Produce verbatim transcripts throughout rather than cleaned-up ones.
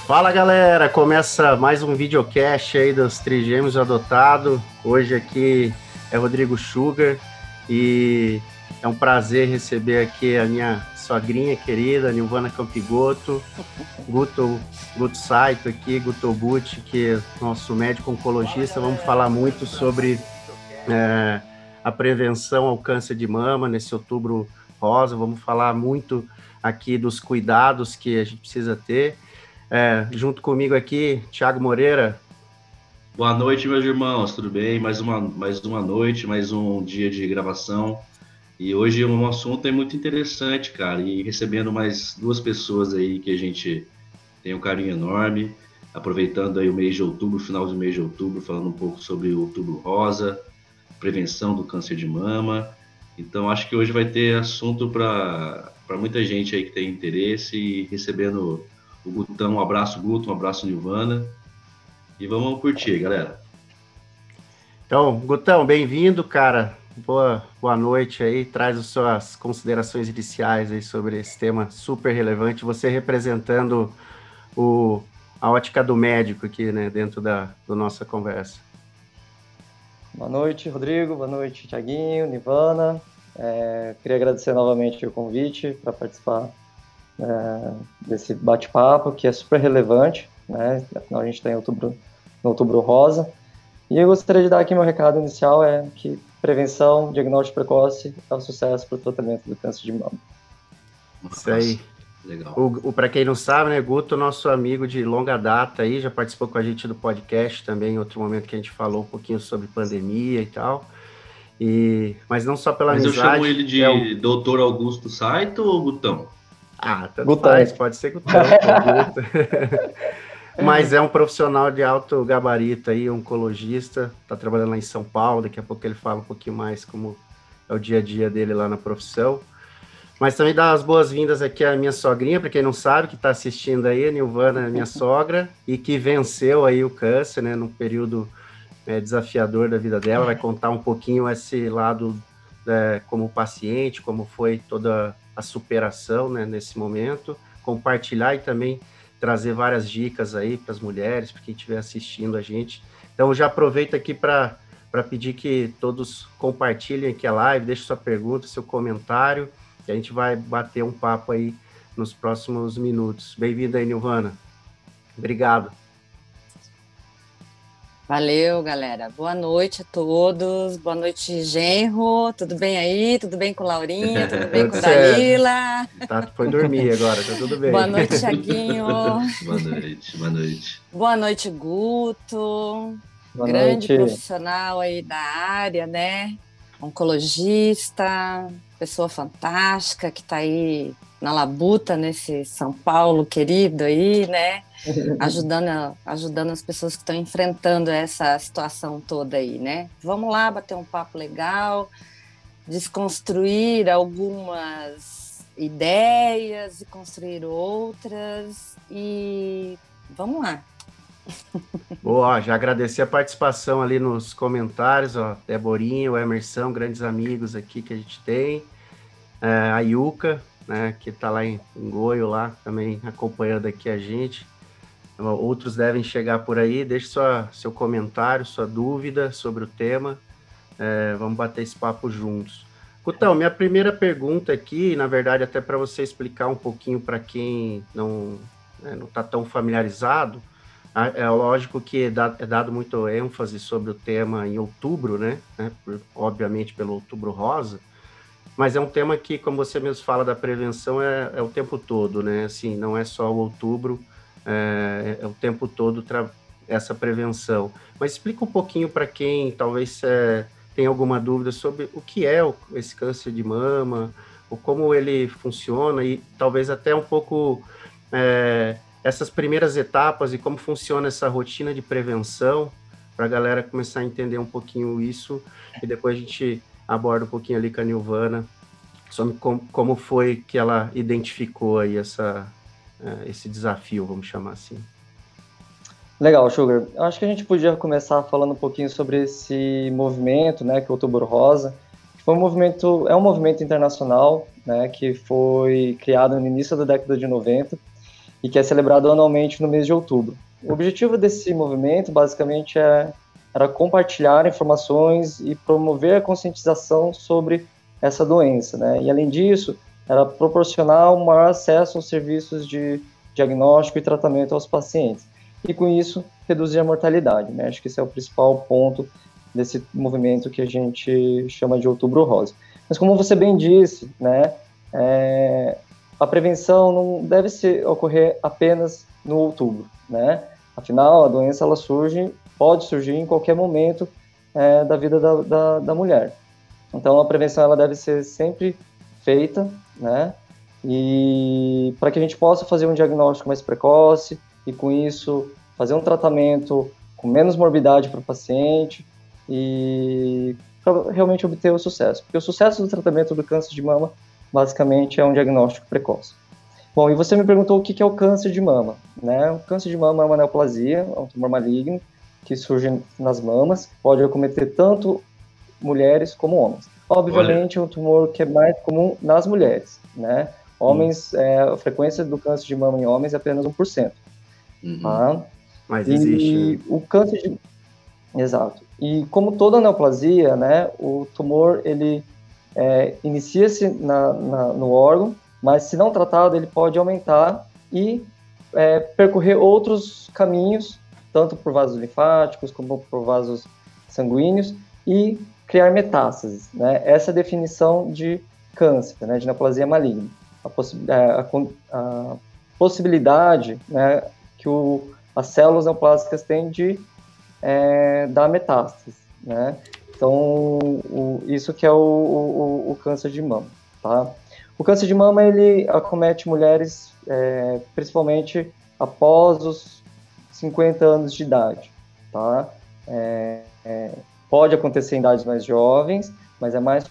Fala galera, começa mais um videocast aí dos Trigêmeos Adotado. Hoje aqui é Rodrigo Sugar e é um prazer receber aqui a minha sogrinha querida, Nilvana Campigoto, Guto, Guto Saito aqui, Guto Bucci, que é nosso médico oncologista. Vamos falar muito sobre é, a prevenção ao câncer de mama nesse outubro rosa. Vamos falar muito aqui dos cuidados que a gente precisa ter. É, junto comigo aqui, Thiago Moreira. Boa noite, meus irmãos, tudo bem? Mais uma, mais uma noite, mais um dia de gravação. E hoje um assunto é muito interessante, cara. E recebendo mais duas pessoas aí que a gente tem um carinho enorme. Aproveitando aí o mês de outubro, final do mês de outubro, falando um pouco sobre o Outubro Rosa, prevenção do câncer de mama. Então, acho que hoje vai ter assunto para muita gente aí que tem interesse e recebendo o Gutão. Um abraço, Guto, um abraço, Nilvana. E vamos curtir, galera. Então, Gutão, bem-vindo, cara. Boa, boa noite aí. Traz as suas considerações iniciais aí sobre esse tema super relevante. Você representando o, a ótica do médico aqui, né, dentro da, da nossa conversa. Boa noite, Rodrigo. Boa noite, Thiaguinho, Nilvana. É, queria agradecer novamente o convite para participar é, desse bate-papo, que é super relevante, né? Afinal, a gente está em outubro, no Outubro Rosa. E eu gostaria de dar aqui meu recado inicial, é que prevenção, diagnóstico precoce é o sucesso para o tratamento do câncer de mama. Isso aí. Legal. O, o, para quem não sabe, né, Guto, nosso amigo de longa data aí, já participou com a gente do podcast também, em outro momento que a gente falou um pouquinho sobre pandemia e tal. E, mas não só pela mas amizade. Mas eu chamo ele de é o... doutor Augusto Saito ou Gutão? Ah, tanto Gutão. Faz, pode ser Gutão. Mas é um profissional de alto gabarito aí, oncologista, tá trabalhando lá em São Paulo, daqui a pouco ele fala um pouquinho mais como é o dia a dia dele lá na profissão. Mas também dá as boas-vindas aqui à minha sogrinha, para quem não sabe, que está assistindo aí, a Nilvana é minha sogra, e que venceu aí o câncer, né, num período é, desafiador da vida dela. Vai contar um pouquinho esse lado é, como paciente, como foi toda a superação, né, nesse momento, compartilhar e também trazer várias dicas aí para as mulheres, para quem estiver assistindo a gente. Então, já aproveito aqui para pedir que todos compartilhem aqui a live, deixem sua pergunta, seu comentário, que a gente vai bater um papo aí nos próximos minutos. Bem-vinda aí, Nilvana. Obrigado. Valeu, galera. Boa noite a todos. Boa noite, genro. Tudo bem aí? Tudo bem com Laurinha? Tudo bem com Dalila? Tá, foi dormir agora, tá tudo bem. Boa noite, Thiaguinho. Boa noite, boa noite. Boa noite, Guto. Boa Grande noite. Profissional aí da área, né? Oncologista, pessoa fantástica que tá aí na labuta nesse São Paulo querido aí, né? Ajudando, ajudando as pessoas que estão enfrentando essa situação toda aí, né? Vamos lá bater um papo legal, desconstruir algumas ideias e construir outras e vamos lá. Boa, já agradecer a participação ali nos comentários, ó, Deborinha, o Emerson, grandes amigos aqui que a gente tem, é, a Yuka, né, que tá lá em, em Goio, lá também acompanhando aqui a gente. Outros devem chegar por aí. Deixe sua, seu comentário, sua dúvida sobre o tema. É, vamos bater esse papo juntos. Gutão, minha primeira pergunta aqui, na verdade, até para você explicar um pouquinho para quem não né, não está tão familiarizado, é lógico que é dado, é dado muito ênfase sobre o tema em outubro, né? né por, obviamente pelo Outubro Rosa, mas é um tema que, como você mesmo fala da prevenção, é, é o tempo todo, né? Assim, não é só o outubro, É, é o tempo todo essa prevenção. Mas explica um pouquinho para quem talvez é, tenha alguma dúvida sobre o que é o, esse câncer de mama, ou como ele funciona, e talvez até um pouco é, essas primeiras etapas e como funciona essa rotina de prevenção, para a galera começar a entender um pouquinho isso, e depois a gente aborda um pouquinho ali com a Nilvana, sobre como, como foi que ela identificou aí essa... esse desafio, vamos chamar assim. Legal, Sugar. Eu acho que a gente podia começar falando um pouquinho sobre esse movimento, né, que é o Outubro Rosa. Foi um movimento, é um movimento internacional, né, que foi criado no início da década de noventa e que é celebrado anualmente no mês de outubro. O objetivo desse movimento, basicamente, é, era compartilhar informações e promover a conscientização sobre essa doença, né? E, além disso, era proporcionar um maior acesso aos serviços de diagnóstico e tratamento aos pacientes. E, com isso, reduzir a mortalidade, né? Acho que esse é o principal ponto desse movimento que a gente chama de Outubro Rosa. Mas, como você bem disse, né, é, a prevenção não deve ser, ocorrer apenas no outubro, né? Afinal, a doença ela surge, pode surgir em qualquer momento é, da vida da, da, da mulher. Então, a prevenção ela deve ser sempre feita, né? E para que a gente possa fazer um diagnóstico mais precoce e, com isso, fazer um tratamento com menos morbidade para o paciente e para realmente obter o sucesso. Porque o sucesso do tratamento do câncer de mama, basicamente, é um diagnóstico precoce. Bom, e você me perguntou o que é o câncer de mama, né? O câncer de mama é uma neoplasia, é um tumor maligno que surge nas mamas, pode acometer tanto mulheres como homens. Obviamente, Olha. é um tumor que é mais comum nas mulheres, né? Homens, hum. é, a frequência do câncer de mama em homens é apenas um por cento. Uhum. Tá? Mas e existe, né? o câncer de... Exato. E como toda neoplasia, né, o tumor, ele é, inicia-se na, na, no órgão, mas se não tratado, ele pode aumentar e é, percorrer outros caminhos, tanto por vasos linfáticos como por vasos sanguíneos, e criar metástases, né? Essa é a definição de câncer, né, de neoplasia maligna. A, possi a, a possibilidade, né, que o, as células neoplásicas têm de é, dar metástases, né? Então, o, isso que é o, o, o câncer de mama, tá? O câncer de mama, ele acomete mulheres, é, principalmente após os cinquenta anos de idade, tá? É, é, pode acontecer em idades mais jovens, mas é mais...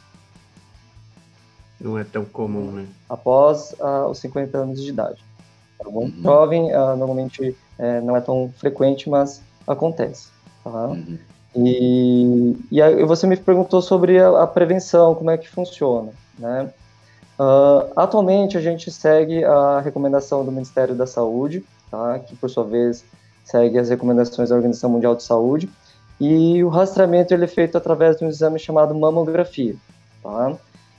Não é tão comum, né? Após uh, os cinquenta anos de idade. Tá bom? Uhum. Jovem, uh, normalmente, é, não é tão frequente, mas acontece, tá? Uhum. E, e aí você me perguntou sobre a, a prevenção, como é que funciona, né? Uh, atualmente, a gente segue a recomendação do Ministério da Saúde, tá? Que, por sua vez, segue as recomendações da Organização Mundial de Saúde, e o rastreamento ele é feito através de um exame chamado mamografia, tá?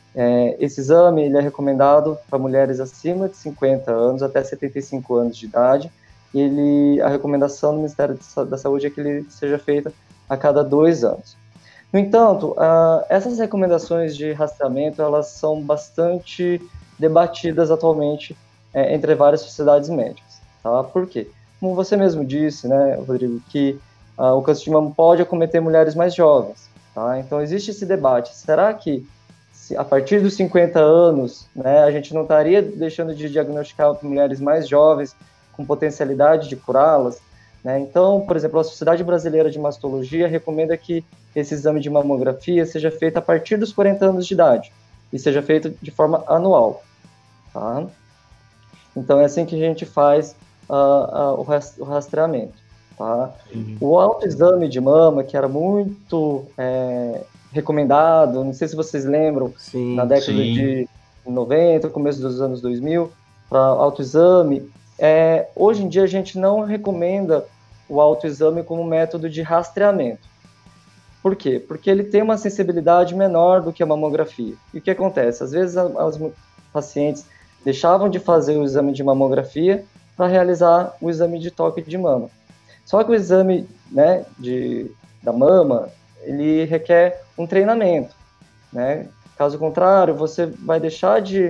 É, esse exame ele é recomendado para mulheres acima de cinquenta anos até setenta e cinco anos de idade, e ele, a recomendação do Ministério da Saúde é que ele seja feito a cada dois anos. No entanto, uh, essas recomendações de rastreamento, elas são bastante debatidas atualmente é, entre várias sociedades médicas, tá? Por quê? Como você mesmo disse, né, Rodrigo, que uh, o câncer de mama pode acometer mulheres mais jovens, tá? Então, existe esse debate. Será que, se, a partir dos cinquenta anos, né, a gente não estaria deixando de diagnosticar mulheres mais jovens com potencialidade de curá-las? Né? Então, por exemplo, a Sociedade Brasileira de Mastologia recomenda que esse exame de mamografia seja feito a partir dos quarenta anos de idade e seja feito de forma anual, tá? Então, é assim que a gente faz uh, uh, o rastreamento, tá? Uhum. O autoexame de mama, que era muito é, recomendado, não sei se vocês lembram, sim, na década sim. de noventa, começo dos anos dois mil, para autoexame, é, hoje em dia a gente não recomenda o autoexame como método de rastreamento. Por quê? Porque ele tem uma sensibilidade menor do que a mamografia. E o que acontece? Às vezes os pacientes deixavam de fazer o exame de mamografia para realizar o exame de toque de mama. Só que o exame, né, de, da mama, ele requer um treinamento, né? Caso contrário, você vai deixar de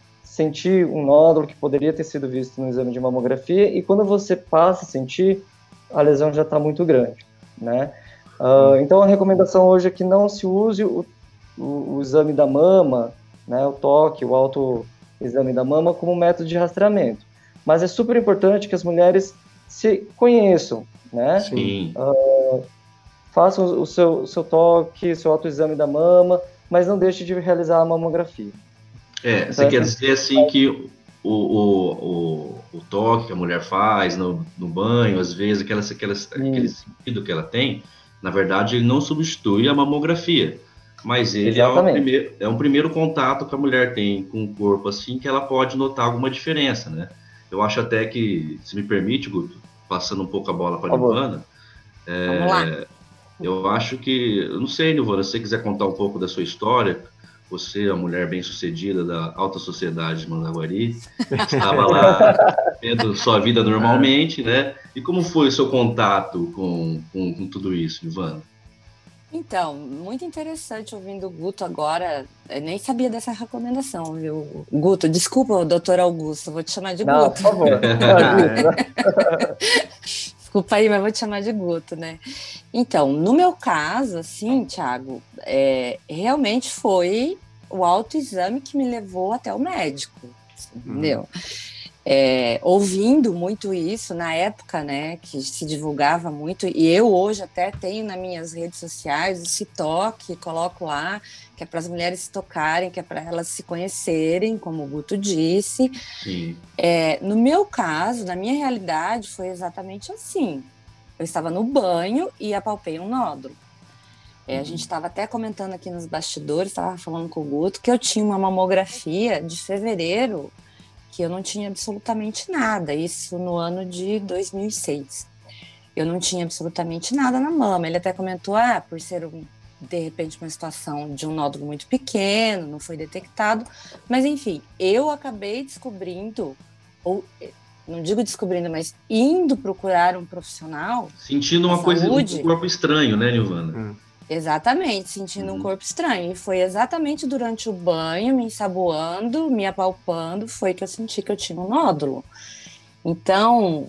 sentir um nódulo que poderia ter sido visto no exame de mamografia, e quando você passa a sentir, a lesão já está muito grande, né? Uh, então, a recomendação hoje é que não se use o, o, o exame da mama, né, o toque, o autoexame da mama, como método de rastreamento. Mas é super importante que as mulheres se conheçam, né? Sim. Uh, façam o seu, o seu toque, o seu autoexame da mama, mas não deixe de realizar a mamografia. É, então, você quer dizer assim que o, o, o, o toque que a mulher faz no, no banho, às vezes, aquela, aquela, aquele sentido que ela tem, na verdade, ele não substitui a mamografia, mas ele é um, primeiro, é um primeiro contato que a mulher tem com o corpo, assim, que ela pode notar alguma diferença, né? Eu acho até que, se me permite, Guto, passando um pouco a bola para a Nilvana, é, eu acho que, eu não sei, Nilvana, se você quiser contar um pouco da sua história, você, a mulher bem-sucedida da alta sociedade de Mandaguari, estava lá tendo sua vida normalmente, né? E como foi o seu contato com, com, com tudo isso, Nilvana? Então, muito interessante ouvindo o Guto agora. Eu nem sabia dessa recomendação, viu? Guto, desculpa, doutor Augusto, vou te chamar de Não, Guto. por favor. Desculpa aí, mas vou te chamar de Guto, né? Então, no meu caso, assim, Thiago, é, realmente foi o autoexame que me levou até o médico, entendeu? Hum. É, ouvindo muito isso na época, né, que se divulgava muito, e eu hoje até tenho nas minhas redes sociais esse toque, coloco lá, que é para as mulheres se tocarem, que é para elas se conhecerem, como o Guto disse. Sim. É, no meu caso, na minha realidade, foi exatamente assim. Eu estava no banho e apalpei um nódulo. É, a gente estava até comentando aqui nos bastidores, estava falando com o Guto, que eu tinha uma mamografia de fevereiro que eu não tinha absolutamente nada, isso no ano de dois mil e seis. Eu não tinha absolutamente nada na mama. Ele até comentou, ah, por ser, um, de repente, uma situação de um nódulo muito pequeno, não foi detectado. Mas, enfim, eu acabei descobrindo, ou não digo descobrindo, mas indo procurar um profissional. Sentindo uma coisa, um corpo estranho, né, Nilvana? Hum. Exatamente, sentindo uhum. um corpo estranho. E foi exatamente durante o banho, me ensaboando, me apalpando, foi que eu senti que eu tinha um nódulo. Então,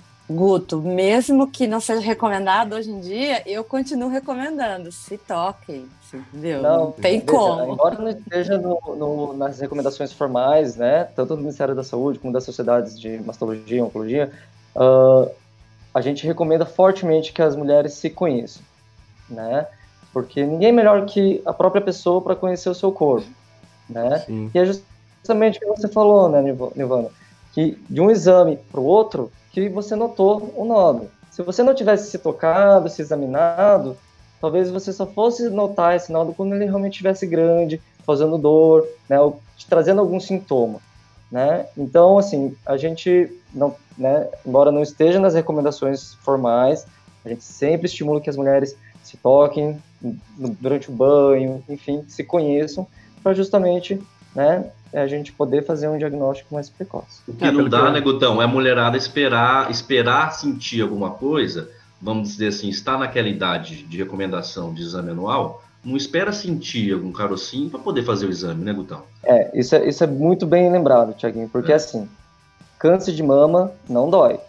Guto, mesmo que não seja recomendado hoje em dia, eu continuo recomendando, se toquem, entendeu? Não, não tem veja, como. Embora não esteja no, no, nas recomendações formais, né, tanto do Ministério da Saúde como das sociedades de mastologia e oncologia, uh, a gente recomenda fortemente que as mulheres se conheçam, né? Porque ninguém é melhor que a própria pessoa para conhecer o seu corpo, né? Sim. E é justamente o que você falou, né, Nilvana? Que de um exame para o outro, que você notou o nódulo. Se você não tivesse se tocado, se examinado, talvez você só fosse notar esse nódulo quando ele realmente estivesse grande, causando dor, né, ou te trazendo algum sintoma, né? Então, assim, a gente, não, né, embora não esteja nas recomendações formais, a gente sempre estimula que as mulheres se toquem durante o banho, enfim, se conheçam, para justamente, né, a gente poder fazer um diagnóstico mais precoce. O que é, não dá, que... né, Gutão, é a mulherada esperar, esperar sentir alguma coisa, vamos dizer assim, está naquela idade de recomendação de exame anual, não espera sentir algum carocinho para poder fazer o exame, né, Gutão? É, isso é, isso é muito bem lembrado, Thiaguinho, porque é. assim, câncer de mama não dói,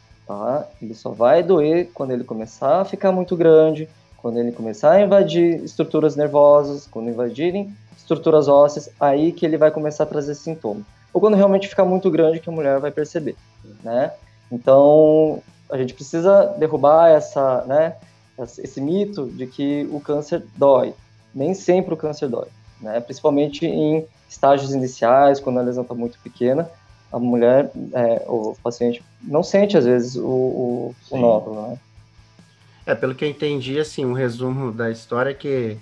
tá? Ele só vai doer quando ele começar a ficar muito grande, quando ele começar a invadir estruturas nervosas, quando invadirem estruturas ósseas, aí que ele vai começar a trazer sintoma. Ou quando realmente ficar muito grande, que a mulher vai perceber, né? Então, a gente precisa derrubar essa, né, esse mito de que o câncer dói. Nem sempre o câncer dói, né? Principalmente em estágios iniciais, quando a lesão está muito pequena, a mulher, é, o paciente, não sente, às vezes, o, o, o nódulo, né? É, pelo que eu entendi, assim, um resumo da história é que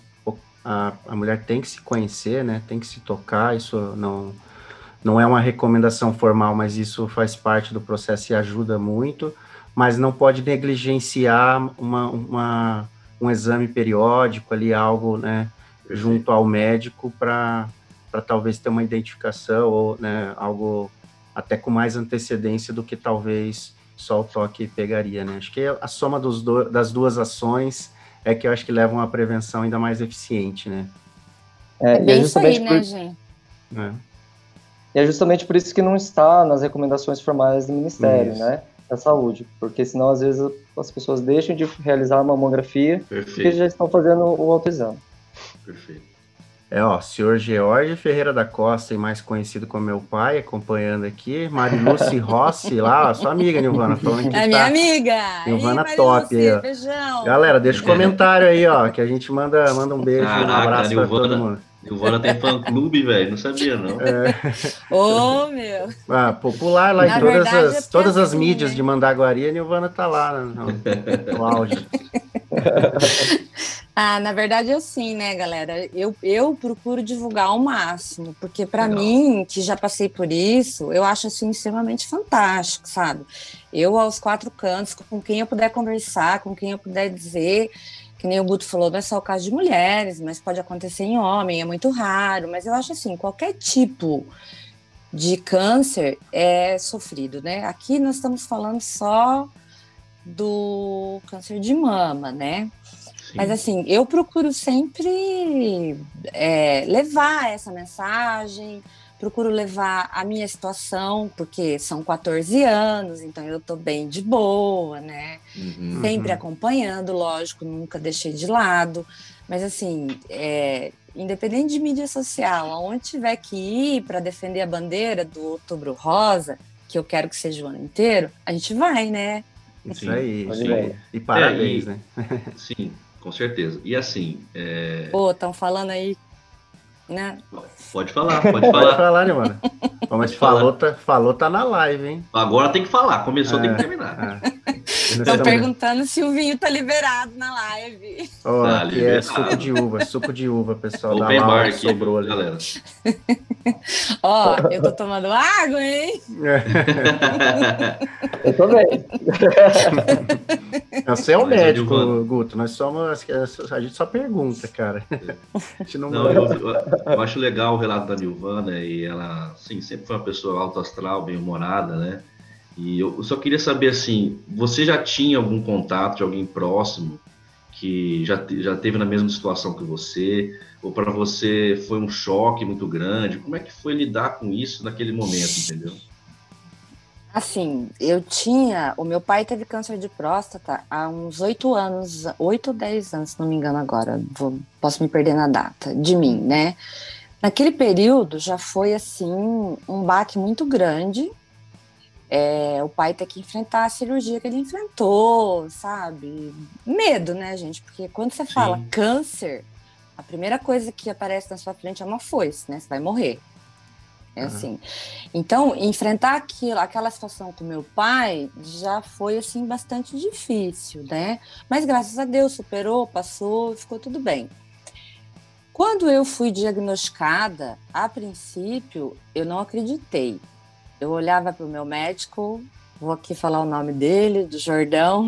a, a mulher tem que se conhecer, né, tem que se tocar, isso não, não é uma recomendação formal, mas isso faz parte do processo e ajuda muito, mas não pode negligenciar uma, uma, um exame periódico ali, algo, né, junto ao médico para para talvez ter uma identificação ou, né, algo até com mais antecedência do que talvez só o toque pegaria, né? Acho que a soma dos do, das duas ações é que eu acho que leva a uma prevenção ainda mais eficiente, né? É, é bem é isso aí, por... né, gente? É. E é justamente por isso que não está nas recomendações formais do Ministério, isso. né, da Saúde, porque senão às vezes as pessoas deixam de realizar a mamografia Perfeito. porque já estão fazendo o autoexame. Perfeito. É, ó, senhor George Ferreira da Costa, e mais conhecido como meu pai, acompanhando aqui. Mariluce Rossi, lá, ó, sua amiga, Nilvana, falando que é tá... minha amiga! Nilvana Ei, top aí, ó. Beijão! Galera, deixa o um comentário aí, ó, que a gente manda, manda um beijo, Caraca, um abraço Nilvana, pra todo mundo. Nilvana tem fã-clube, velho, não sabia, não. É. Ô, oh, meu! Ah, popular lá Na em todas verdade, as, é todas as assim, mídias né? de Mandaguari, a Nilvana tá lá no, no auge. Ah, na verdade, assim, né, galera? Eu, eu procuro divulgar ao máximo, porque para mim, que já passei por isso, eu acho assim extremamente fantástico, sabe? Eu, aos quatro cantos, com quem eu puder conversar, com quem eu puder dizer, que nem o Guto falou, não é só o caso de mulheres, mas pode acontecer em homem, é muito raro, mas eu acho assim, qualquer tipo de câncer é sofrido, né? Aqui nós estamos falando só do câncer de mama, né? Sim. Mas assim, eu procuro sempre é, levar essa mensagem, procuro levar a minha situação, porque são quatorze anos, então eu tô bem de boa, né? Uhum. Sempre acompanhando, lógico, nunca deixei de lado. Mas assim, é, independente de mídia social, aonde tiver que ir para defender a bandeira do Outubro Rosa, que eu quero que seja o ano inteiro, a gente vai, né? Isso aí, isso aí. E parabéns, é, e, né? Sim, com certeza. E assim... É... Pô, estão falando aí, né? Pode falar, pode falar. Pode falar, né, mano? Mas falou tá, falou, tá na live, hein? Agora tem que falar, começou, é, tem que terminar. Estão é. perguntando se o vinho tá liberado na live. Ó, tá aqui liberado. É suco de uva, suco de uva, pessoal. Open da bar aqui, sobrou ali. Galera. Ó, eu tô tomando água, hein? Eu também. Você é o médico, Guto. Nós somos. A gente só pergunta, cara. A gente não, não eu, eu acho legal o relato da Nilvana, e ela, sim, sempre foi uma pessoa alto astral, bem-humorada, né? E eu só queria saber, assim, você já tinha algum contato de alguém próximo que já, já teve na mesma situação que você? Ou para você foi um choque muito grande? Como é que foi lidar com isso naquele momento, entendeu? Assim, eu tinha... O meu pai teve câncer de próstata há uns oito anos, oito ou dez anos, se não me engano agora, vou, posso me perder na data, de mim, né? Naquele período já foi, assim, um baque muito grande. É, o pai ter que enfrentar a cirurgia que ele enfrentou, sabe? Medo, né, gente? Porque quando você Sim. fala câncer, a primeira coisa que aparece na sua frente é uma foice, né? Você vai morrer. É uhum. assim. Então, enfrentar aquilo, aquela situação com meu pai já foi, assim, bastante difícil, né? Mas, graças a Deus, superou, passou, ficou tudo bem. Quando eu fui diagnosticada, a princípio, eu não acreditei. Eu olhava para o meu médico, vou aqui falar o nome dele, do Jordão,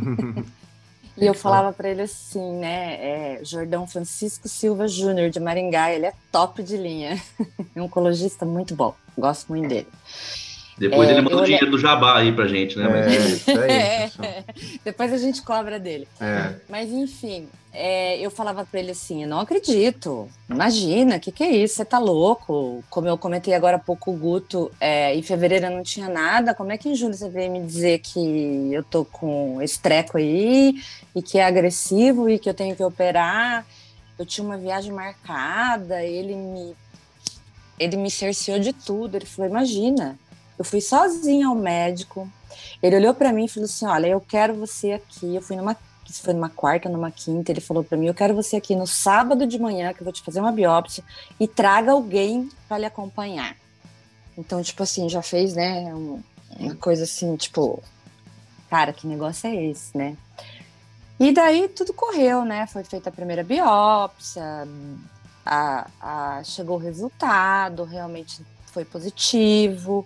e eu falava para ele assim, né, é, Jordão Francisco Silva Júnior, de Maringá, ele é top de linha, é um oncologista muito bom, gosto muito dele. Depois é, ele manda o dinheiro olhei... do jabá aí pra gente, né? É, Mas... isso aí, é, depois a gente cobra dele. É. Mas, enfim, é, eu falava pra ele assim, eu não acredito, imagina, o que que é isso? Você tá louco? Como eu comentei agora há pouco o Guto, é, em fevereiro eu não tinha nada, como é que em julho você veio me dizer que eu tô com esse treco aí, e que é agressivo, e que eu tenho que operar? Eu tinha uma viagem marcada, ele me, ele me cerceou de tudo, ele falou, imagina, eu fui sozinha ao médico, ele olhou para mim e falou assim, olha, eu quero você aqui, eu fui numa, foi numa quarta, numa quinta, ele falou para mim, eu quero você aqui no sábado de manhã, que eu vou te fazer uma biópsia, e traga alguém para lhe acompanhar. Então, tipo assim, já fez, né, uma coisa assim, tipo, cara, que negócio é esse, né? E daí tudo correu, né, foi feita a primeira biópsia, a, a, chegou o resultado, realmente foi positivo.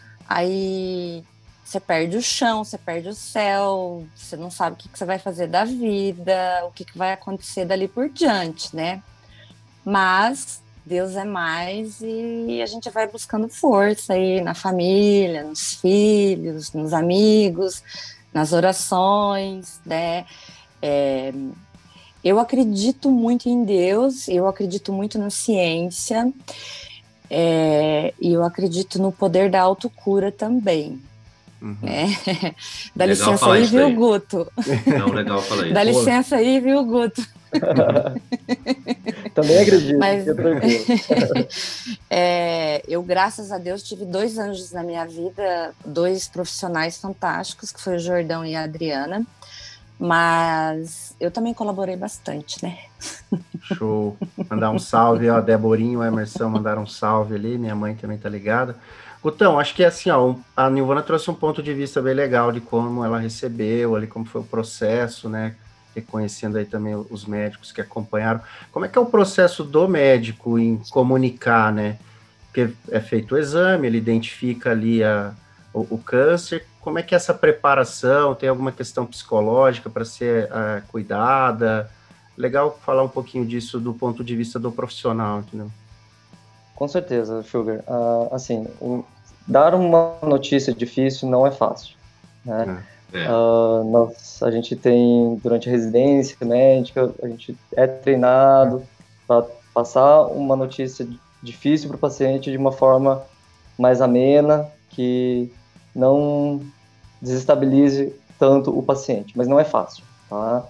Aí você perde o chão, você perde o céu, você não sabe o que, que você vai fazer da vida, o que, que vai acontecer dali por diante, né? Mas Deus é mais e a gente vai buscando força aí na família, nos filhos, nos amigos, nas orações, né? É, eu acredito muito em Deus, eu acredito muito na ciência, É, e eu acredito no poder da autocura também. Uhum. Né? Dá legal licença aí, viu, aí. Guto? Não, legal falar isso. Dá licença aí, viu, Guto? Também acredito. Mas, é, eu, graças a Deus, tive dois anjos na minha vida, dois profissionais fantásticos, que foi o Jordão e a Adriana. Mas eu também colaborei bastante, né? Show. Mandar um salve, ó, Deborinho, o Emerson mandaram um salve ali, minha mãe também tá ligada. Gutão, acho que é assim, ó, a Nilvana trouxe um ponto de vista bem legal de como ela recebeu ali, como foi o processo, né? reconhecendo aí também os médicos que acompanharam. Como é que é o processo do médico em comunicar, né? Porque é feito o exame, ele identifica ali a, o, o câncer. Como é que é essa preparação? Tem alguma questão psicológica para ser uh, cuidada? Legal falar um pouquinho disso do ponto de vista do profissional, entendeu? Com certeza, Sugar. Uh, assim, um, dar uma notícia difícil não é fácil, né? É. Uh, nós, a gente tem, durante a residência médica, a gente é treinado para passar uma notícia difícil para o paciente de uma forma mais amena, que não desestabilize tanto o paciente, mas não é fácil, tá?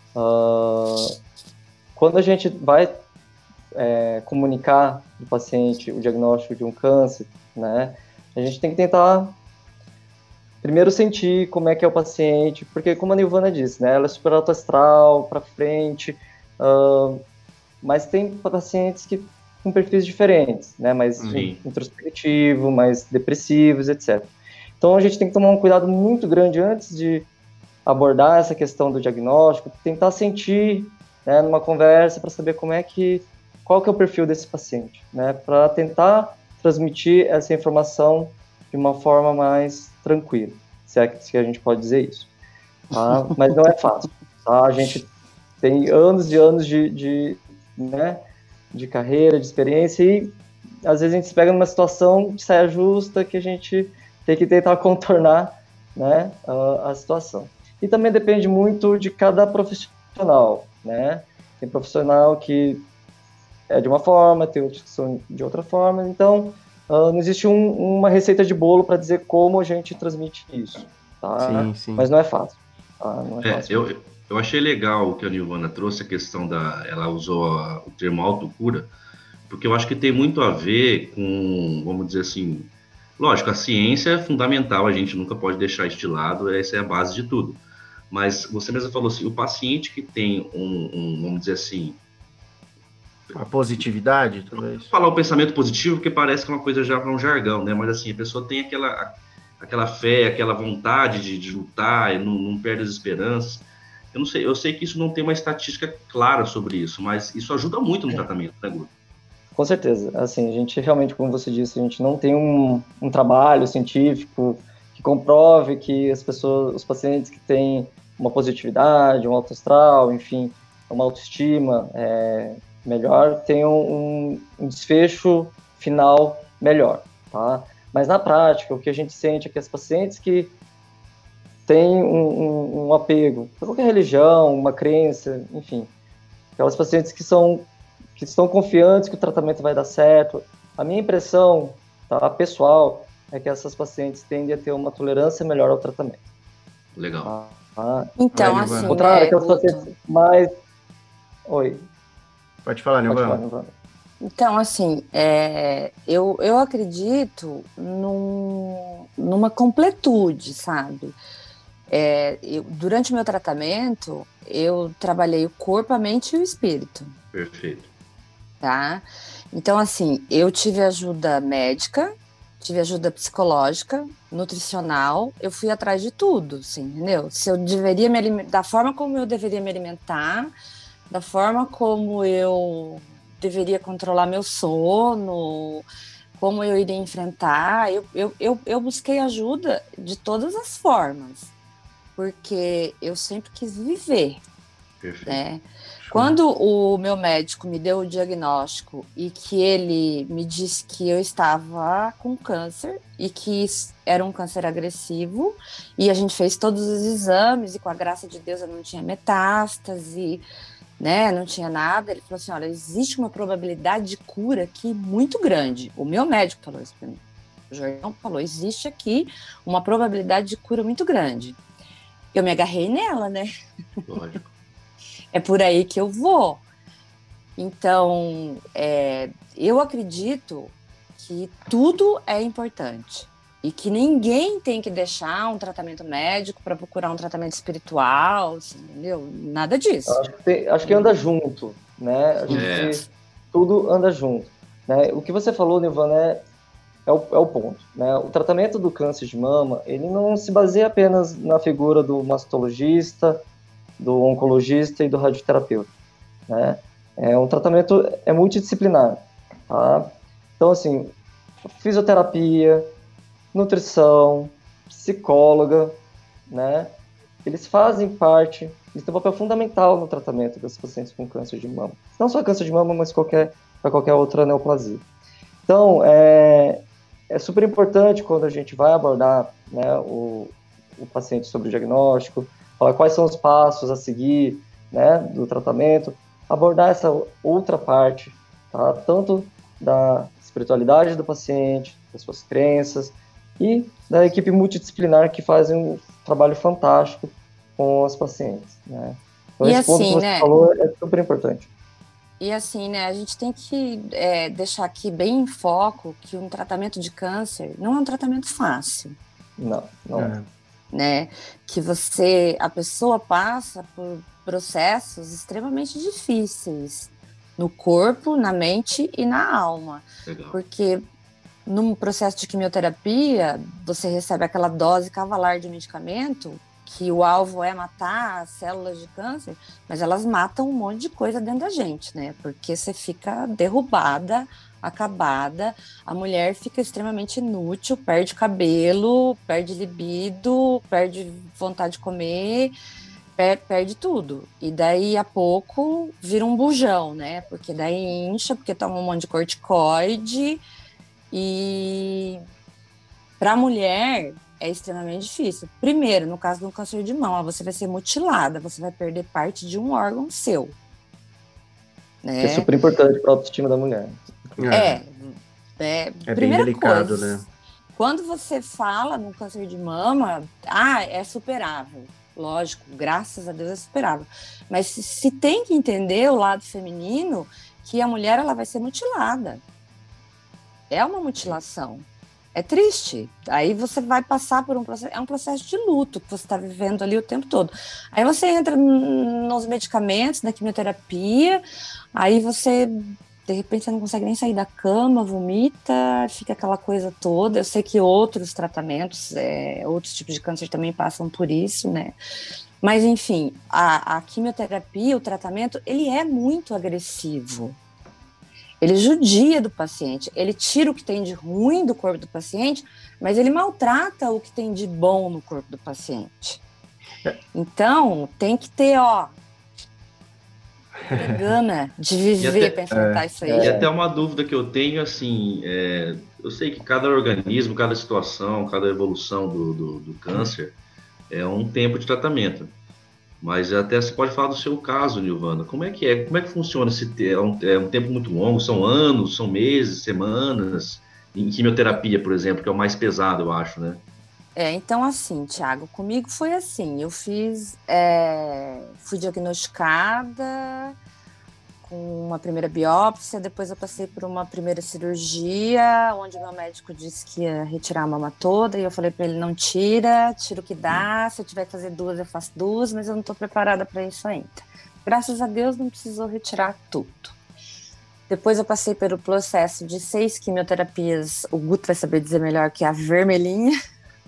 Uh, quando a gente vai é, comunicar para o paciente o diagnóstico de um câncer, né, a gente tem que tentar primeiro sentir como é que é o paciente, porque como a Nilvana disse, né, ela é super alto astral, para frente, uh, mas tem pacientes que com perfis diferentes, né, mais Sim. introspectivo, mais depressivos, etcétera. Então a gente tem que tomar um cuidado muito grande antes de abordar essa questão do diagnóstico, tentar sentir, né, numa conversa para saber como é que, qual que é o perfil desse paciente, né, para tentar transmitir essa informação de uma forma mais tranquila, se é que a gente pode dizer isso, tá? Mas não é fácil, tá? A gente tem anos e anos de, de, né, de carreira, de experiência, e às vezes a gente se pega numa situação de saia justa que a gente tem que tentar contornar, né, a, a situação. E também depende muito de cada profissional, né? Tem profissional que é de uma forma, tem outros que são de outra forma, então uh, não existe um, uma receita de bolo para dizer como a gente transmite isso, tá? Sim, sim. Mas não é fácil. Tá? Não é é, fácil. Eu, eu achei legal o que a Nilvana trouxe, a questão da... Ela usou a, o termo autocura, porque eu acho que tem muito a ver com, vamos dizer assim... Lógico, a ciência é fundamental, a gente nunca pode deixar isso de lado, essa é a base de tudo. Mas você mesmo falou assim, o paciente que tem um, um vamos dizer assim... A positividade, tudo isso. Falar o pensamento positivo, porque parece que é uma coisa já para um jargão, né? Mas assim, a pessoa tem aquela, aquela fé, aquela vontade de, de lutar, não, não perde as esperanças. Eu não sei, eu sei que isso não tem uma estatística clara sobre isso, mas isso ajuda muito no tratamento, né, Guto? Com certeza. Assim, a gente realmente, como você disse, a gente não tem um, um trabalho científico que comprove que as pessoas, os pacientes que têm uma positividade, um alto astral, enfim, uma autoestima é, melhor, tenham um, um desfecho final melhor, tá? Mas na prática, o que a gente sente é que as pacientes que têm um, um, um apego por qualquer religião, uma crença, enfim, aquelas pacientes que são que estão confiantes que o tratamento vai dar certo. A minha impressão, tá, pessoal, é que essas pacientes tendem a ter uma tolerância melhor ao tratamento. Legal. Ah, então, aí, assim, contrário, né, aquelas pacientes mais... Oi. Pode falar, Nilvana. Pode falar, Então, assim, é, eu, eu acredito num, numa completude, sabe? É, eu, durante o meu tratamento, eu trabalhei o corpo, a mente e o espírito. Perfeito. Tá? Então, assim, eu tive ajuda médica, tive ajuda psicológica, nutricional, eu fui atrás de tudo, assim, entendeu? Se eu deveria me alimentar, da forma como eu deveria me alimentar, da forma como eu deveria controlar meu sono, como eu iria enfrentar, eu, eu, eu, eu busquei ajuda de todas as formas, porque eu sempre quis viver. Perfeito. Né? Quando o meu médico me deu o diagnóstico e que ele me disse que eu estava com câncer e que era um câncer agressivo, e a gente fez todos os exames e com a graça de Deus eu não tinha metástase, né, não tinha nada, ele falou assim, olha, existe uma probabilidade de cura aqui muito grande. O meu médico falou isso para mim. O Jordão falou, existe aqui uma probabilidade de cura muito grande. Eu me agarrei nela, né? Lógico. É por aí que eu vou. Então, é, eu acredito que tudo é importante e que ninguém tem que deixar um tratamento médico para procurar um tratamento espiritual, assim, entendeu? Nada disso. Acho que, tem, acho que anda junto, né? A gente, É. tudo anda junto. Né? O que você falou, Nilvana, é, é, o, é o ponto. Né? O tratamento do câncer de mama, ele não se baseia apenas na figura do mastologista, do oncologista e do radioterapeuta, né? É um tratamento é multidisciplinar, tá? Então, assim, fisioterapia, nutrição, psicóloga, né? Eles fazem parte, eles têm um papel fundamental no tratamento dos pacientes com câncer de mama. Não só câncer de mama, mas qualquer, para qualquer outra neoplasia. Então, é, é super importante quando a gente vai abordar, né, o, o paciente sobre o diagnóstico, falar quais são os passos a seguir, né, do tratamento, abordar essa outra parte, tá? Tanto da espiritualidade do paciente, das suas crenças, e da equipe multidisciplinar que faz um trabalho fantástico com os pacientes, né? Então, e esse assim, ponto que você né? falou é super importante. E assim, né, a gente tem que é, deixar aqui bem em foco que um tratamento de câncer não é um tratamento fácil. Não, não é. Né? Que você, a pessoa passa por processos extremamente difíceis no corpo, na mente e na alma. Legal. Porque num processo de quimioterapia, você recebe aquela dose cavalar de medicamento que o alvo é matar as células de câncer, mas elas matam um monte de coisa dentro da gente, né? Porque você fica derrubada, acabada, a mulher fica extremamente inútil, perde cabelo, perde libido, perde vontade de comer, per- perde tudo. E daí a pouco vira um bujão, né? Porque daí incha, porque toma um monte de corticoide. E para a mulher é extremamente difícil. Primeiro, no caso do câncer de mama, você vai ser mutilada, você vai perder parte de um órgão seu. Né? Que é super importante para a autoestima da mulher. É, é, é primeira bem delicado, coisa, né? Quando você fala no câncer de mama, ah, é superável. Lógico, graças a Deus é superável. Mas se, se tem que entender o lado feminino, que a mulher ela vai ser mutilada. É uma mutilação. É triste. Aí você vai passar por um processo, é um processo de luto que você está vivendo ali o tempo todo. Aí você entra nos medicamentos, na quimioterapia, aí você, de repente, você não consegue nem sair da cama, vomita, fica aquela coisa toda. Eu sei que outros tratamentos, é, outros tipos de câncer também passam por isso, né? Mas, enfim, a, a quimioterapia, o tratamento, ele é muito agressivo. Ele judia do paciente, ele tira o que tem de ruim do corpo do paciente, mas ele maltrata o que tem de bom no corpo do paciente. Então, tem que ter, ó, ter gana de viver para enfrentar é, isso aí. E até uma dúvida que eu tenho, assim, é, eu sei que cada organismo, cada situação, cada evolução do, do, do câncer é um tempo de tratamento. Mas até você pode falar do seu caso, Nilvana. Como é que é? Como é que funciona esse é um, é um tempo muito longo? São anos, são meses, semanas? Em quimioterapia, por exemplo, que é o mais pesado, eu acho, né? É, então assim, Thiago, comigo foi assim. Eu fiz, é, fui diagnosticada com uma primeira biópsia, depois eu passei por uma primeira cirurgia, onde o meu médico disse que ia retirar a mama toda, e eu falei para ele, não tira, tira o que dá, se eu tiver que fazer duas, eu faço duas, mas eu não estou preparada para isso ainda. Graças a Deus não precisou retirar tudo. Depois eu passei pelo processo de seis quimioterapias, o Guto vai saber dizer melhor, que é a vermelhinha.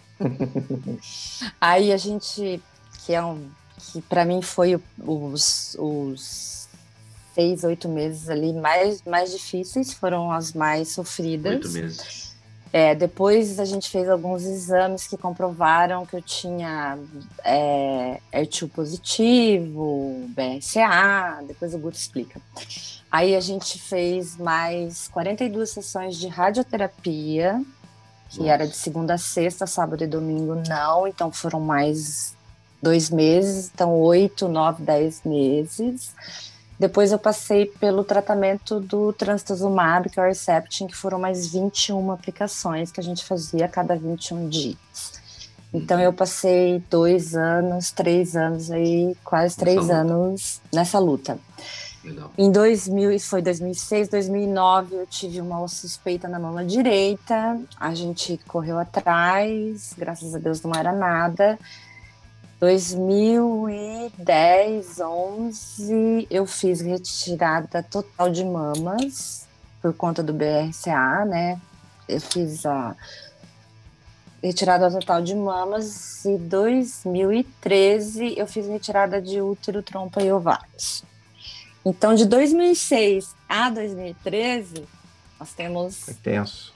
Aí a gente, que é um, que para mim foi os... os seis, oito meses ali mais, mais difíceis, foram as mais sofridas. Oito meses. É, depois a gente fez alguns exames que comprovaram que eu tinha é, R dois positivo, B R C A, depois o Guto explica. Aí a gente fez mais quarenta e duas sessões de radioterapia, que Nossa. Era de segunda a sexta, sábado e domingo não, então foram mais dois meses, então oito, nove, dez meses. Depois eu passei pelo tratamento do trastuzumab, que é o Herceptin, que foram mais vinte e uma aplicações que a gente fazia a cada vinte e um dias. Então eu passei dois anos, três anos aí, quase três anos nessa luta. Legal. Em dois mil, isso foi dois mil e seis, dois mil e nove, eu tive uma suspeita na mama direita, a gente correu atrás, graças a Deus não era nada. dois mil e dez, onze, eu fiz retirada total de mamas por conta do B R C A, né? Eu fiz a retirada total de mamas, e em dois mil e treze eu fiz retirada de útero, trompa e ovários. Então, de dois mil e seis a dois mil e treze, nós temos... É tenso.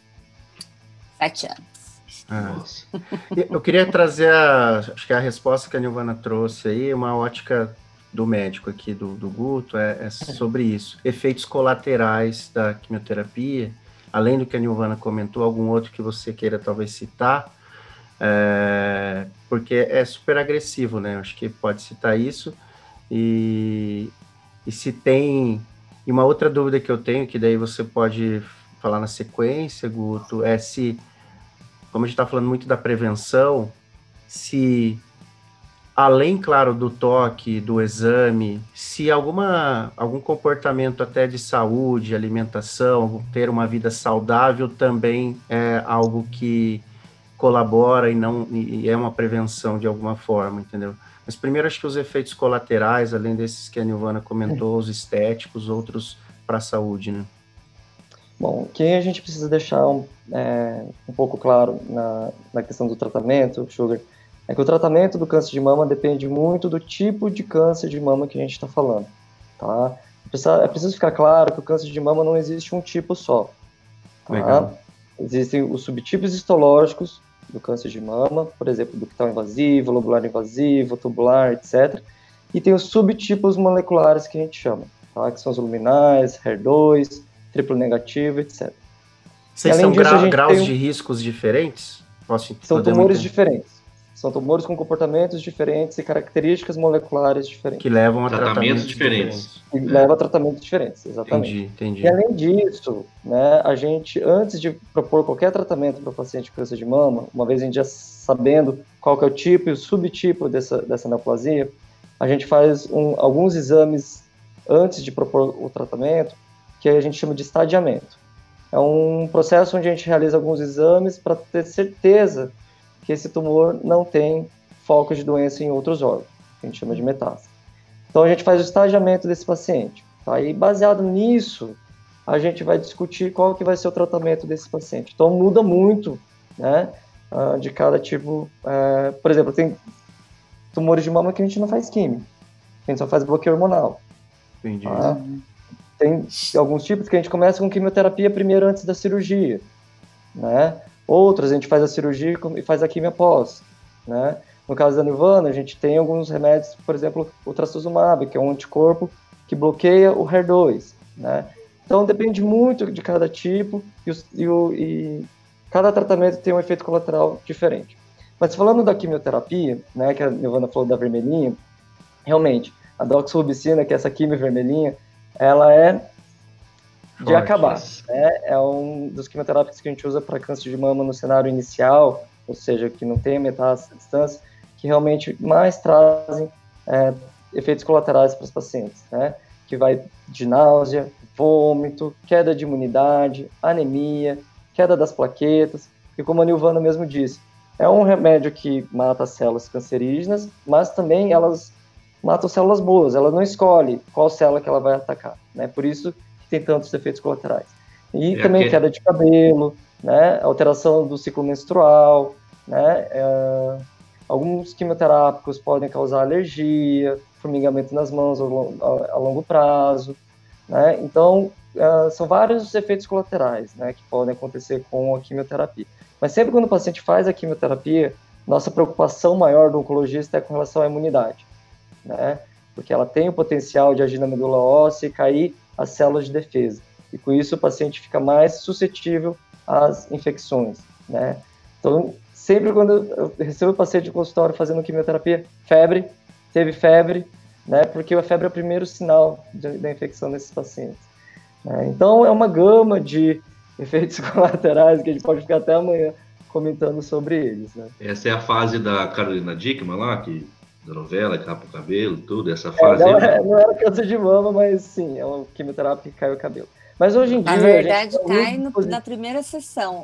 Sete anos. Ah. Eu queria trazer, a, acho que a resposta que a Nilvana trouxe aí, uma ótica do médico aqui, do, do Guto, é, é sobre isso. Efeitos colaterais da quimioterapia, além do que a Nilvana comentou, algum outro que você queira talvez citar, é, porque é super agressivo, né? Acho que pode citar isso. E, e se tem... E uma outra dúvida que eu tenho, que daí você pode falar na sequência, Guto, é se... Como a gente está falando muito da prevenção, se, além, claro, do toque, do exame, se alguma, algum comportamento até de saúde, alimentação, ter uma vida saudável também é algo que colabora e, não, e é uma prevenção de alguma forma, entendeu? Mas primeiro acho que os efeitos colaterais, além desses que a Nilvana comentou, os estéticos, outros para a saúde, né? Bom, o que a gente precisa deixar um, é, um pouco claro na, na questão do tratamento, Sugar, é que o tratamento do câncer de mama depende muito do tipo de câncer de mama que a gente está falando, tá? É preciso ficar claro que o câncer de mama não existe um tipo só, tá? Existem os subtipos histológicos do câncer de mama, por exemplo, ductal invasivo, lobular invasivo, tubular, etcétera. E tem os subtipos moleculares que a gente chama, tá? Que são os luminais, H E R dois, triplo negativo, etcétera. Vocês são disso, gra graus um... de riscos diferentes? Posso, são tumores entender? diferentes. São tumores com comportamentos diferentes e características moleculares diferentes. Que levam a tratamentos, tratamentos diferentes. diferentes. Que é. levam a tratamentos diferentes, exatamente. Entendi, entendi. E além disso, né, a gente, antes de propor qualquer tratamento para o paciente com câncer de mama, uma vez a gente já sabendo qual que é o tipo e o subtipo dessa, dessa neoplasia, a gente faz um, alguns exames antes de propor o tratamento, que a gente chama de estadiamento. É um processo onde a gente realiza alguns exames para ter certeza que esse tumor não tem focos de doença em outros órgãos, que a gente chama de metástase. Então a gente faz o estadiamento desse paciente, tá? E baseado nisso, a gente vai discutir qual que vai ser o tratamento desse paciente. Então muda muito, né, de cada tipo. É, por exemplo, tem tumores de mama que a gente não faz químio, a gente só faz bloqueio hormonal. Entendi. Tá? Tem alguns tipos que a gente começa com quimioterapia primeiro antes da cirurgia, né? Outros a gente faz a cirurgia e faz a quimio após, né? No caso da Nilvana, a gente tem alguns remédios, por exemplo, o trastuzumab, que é um anticorpo que bloqueia o H E R dois, né? Então depende muito de cada tipo e, e, e cada tratamento tem um efeito colateral diferente. Mas falando da quimioterapia, né, que a Nilvana falou da vermelhinha, realmente, a doxorubicina, que é essa quimio vermelhinha, ela é de Forte. acabar, né? É um dos quimioterápicos que a gente usa para câncer de mama no cenário inicial, ou seja, que não tem metástase à distância, que realmente mais trazem é, efeitos colaterais para os pacientes, né? Que vai de náusea, vômito, queda de imunidade, anemia, queda das plaquetas, e como a Nilvana mesmo disse, é um remédio que mata as células cancerígenas, mas também elas matam células boas, ela não escolhe qual célula que ela vai atacar, né? Por isso que tem tantos efeitos colaterais. E é também aquele... queda de cabelo, né? Alteração do ciclo menstrual, né? É... Alguns quimioterápicos podem causar alergia, formigamento nas mãos a longo prazo, né? Então, uh, são vários os efeitos colaterais, né, que podem acontecer com a quimioterapia. Mas sempre quando o paciente faz a quimioterapia, nossa preocupação maior do oncologista é com relação à imunidade, né? Porque ela tem o potencial de agir na medula óssea e cair as células de defesa. E com isso o paciente fica mais suscetível às infecções, né? Então, sempre quando eu recebo o paciente de consultório fazendo quimioterapia, febre, teve febre, né? Porque a febre é o primeiro sinal de, da infecção desses pacientes. Né? Então, é uma gama de efeitos colaterais que a gente pode ficar até amanhã comentando sobre eles, né? Essa é a fase da Carolina Dickmann lá, que, da novela, que rapa o cabelo, tudo, essa fase... É, não, aí, é, não era câncer de mama, mas sim, é uma quimioterapia que cai o cabelo. Mas hoje em dia... Na verdade, cai no, na primeira sessão.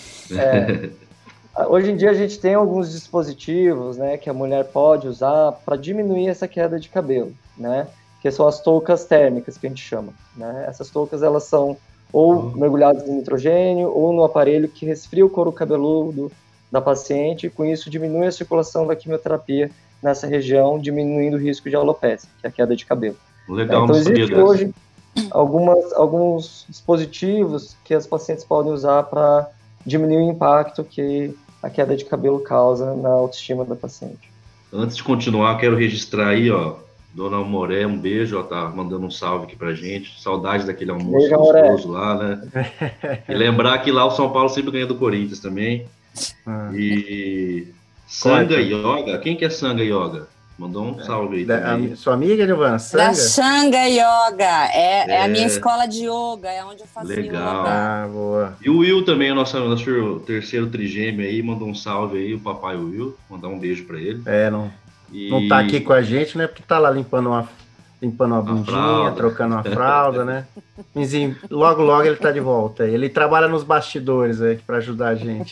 É, hoje em dia a gente tem alguns dispositivos, né, que a mulher pode usar para diminuir essa queda de cabelo, né? Que são as toucas térmicas, que a gente chama, né? Essas toucas, elas são ou mergulhadas em nitrogênio ou no aparelho que resfria o couro cabeludo da paciente, e com isso diminui a circulação da quimioterapia nessa região, diminuindo o risco de alopecia, que é a queda de cabelo. Legal, Então, não sabia existe dessa. hoje algumas, alguns dispositivos que as pacientes podem usar para diminuir o impacto que a queda de cabelo causa na autoestima da paciente. Antes de continuar, quero registrar aí, ó, Dona Moré, um beijo, ó, tá mandando um salve aqui pra gente. Saudade daquele almoço Beijo, gostoso lá, né? E lembrar que lá o São Paulo sempre ganha do Corinthians também. Ah. E Sanga Corta. Yoga, quem que é Sanga Yoga? Mandou um salve aí Da- também. a- sua amiga, Nilvana, Da Sanga? Shanga Yoga, é, é. a É. minha escola de yoga, é onde eu faço Legal. yoga. Ah, boa. E o Will também, o nosso, nosso terceiro trigêmeo aí, mandou um salve aí, o papai Will. Mandar um beijo pra ele. É, não, E... não tá aqui com a gente, né? Porque tá lá limpando uma, limpando uma A bundinha, fralda. trocando uma fralda, né? Mas em- logo, logo ele tá de volta. Ele trabalha nos bastidores aí para ajudar a gente.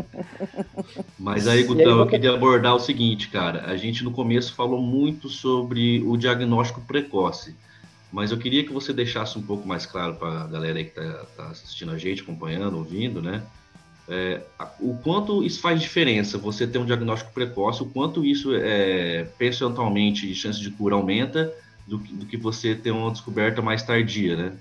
Mas aí, Gutão, eu queria abordar o seguinte, cara. A gente no começo falou muito sobre o diagnóstico precoce, mas eu queria que você deixasse um pouco mais claro para a galera aí que está tá assistindo a gente, acompanhando, ouvindo, né? É, a- o quanto isso faz diferença, você ter um diagnóstico precoce, o quanto isso, é, percentualmente, chance de cura aumenta do que, do que você ter uma descoberta mais tardia, né?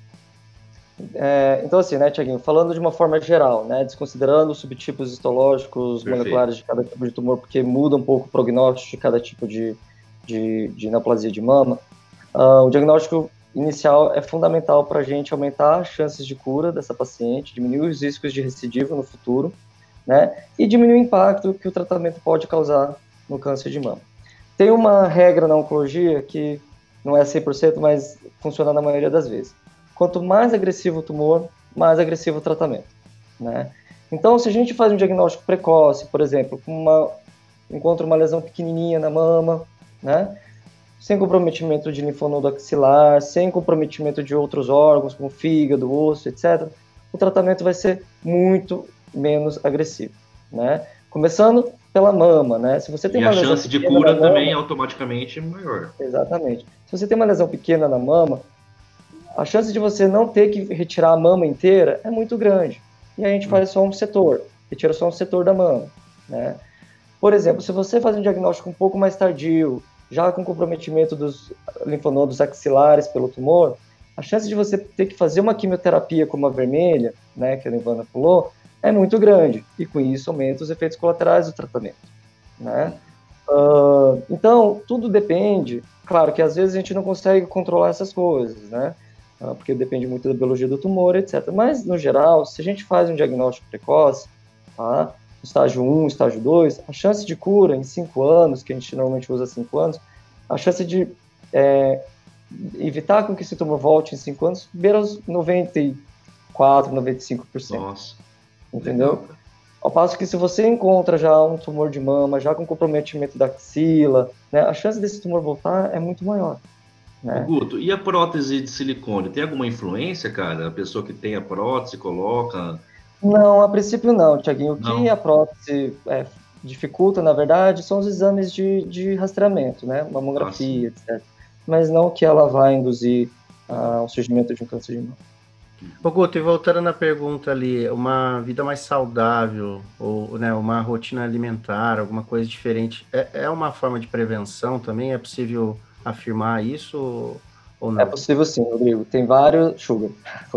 É, então, assim, né, Tiaguinho, falando de uma forma geral, né, desconsiderando os subtipos histológicos, Perfeito. moleculares de cada tipo de tumor, porque muda um pouco o prognóstico de cada tipo de, de, de neoplasia de mama, ah, o diagnóstico inicial é fundamental para a gente aumentar as chances de cura dessa paciente, diminuir os riscos de recidiva no futuro, né, e diminuir o impacto que o tratamento pode causar no câncer de mama. Tem uma regra na oncologia que não é cem por cento, mas funciona na maioria das vezes. Quanto mais agressivo o tumor, mais agressivo o tratamento, né? Então, se a gente faz um diagnóstico precoce, por exemplo, com uma, encontra uma lesão pequenininha na mama, né? Sem comprometimento de linfonodo axilar, sem comprometimento de outros órgãos, como fígado, osso, etcétera, o tratamento vai ser muito menos agressivo, né? Começando pela mama, né? Se você tem E uma a lesão chance de pequena cura na mama, também automaticamente é maior. exatamente. Se você tem uma lesão pequena na mama, a chance de você não ter que retirar a mama inteira é muito grande. E a gente faz só um setor, retira só um setor da mama, né? Por exemplo, se você faz um diagnóstico um pouco mais tardio, já com comprometimento dos linfonodos axilares pelo tumor, a chance de você ter que fazer uma quimioterapia como a vermelha, né, que a Nilvana falou, é muito grande. E com isso aumenta os efeitos colaterais do tratamento, né? Uh, então, tudo depende. Claro que às vezes a gente não consegue controlar essas coisas, né? Uh, porque depende muito da biologia do tumor, etcétera. Mas, no geral, se a gente faz um diagnóstico precoce, tá? Estágio um, estágio dois, a chance de cura em cinco anos, que a gente normalmente usa cinco anos, a chance de é, evitar com que esse tumor volte em cinco anos, beira os noventa e quatro, noventa e cinco por cento. Nossa. Entendeu? Legal, cara. Ao passo que se você encontra já um tumor de mama, já com comprometimento da axila, né, a chance desse tumor voltar é muito maior. Né? Guto, e a prótese de silicone? Tem alguma influência, cara? A pessoa que tem a prótese coloca... Não, a princípio não, Tiaguinho. O Não. que a prótese é, dificulta, na verdade, são os exames de, de rastreamento, né? Mamografia, Ah, etcétera. Mas não que ela vai induzir ah, o surgimento de um câncer de mama. Ô, Guto, e voltando na pergunta ali, uma vida mais saudável, ou né, uma rotina alimentar, alguma coisa diferente, é, é uma forma de prevenção também? É possível afirmar isso ou não? É possível sim, Rodrigo. Tem vários... Sugar.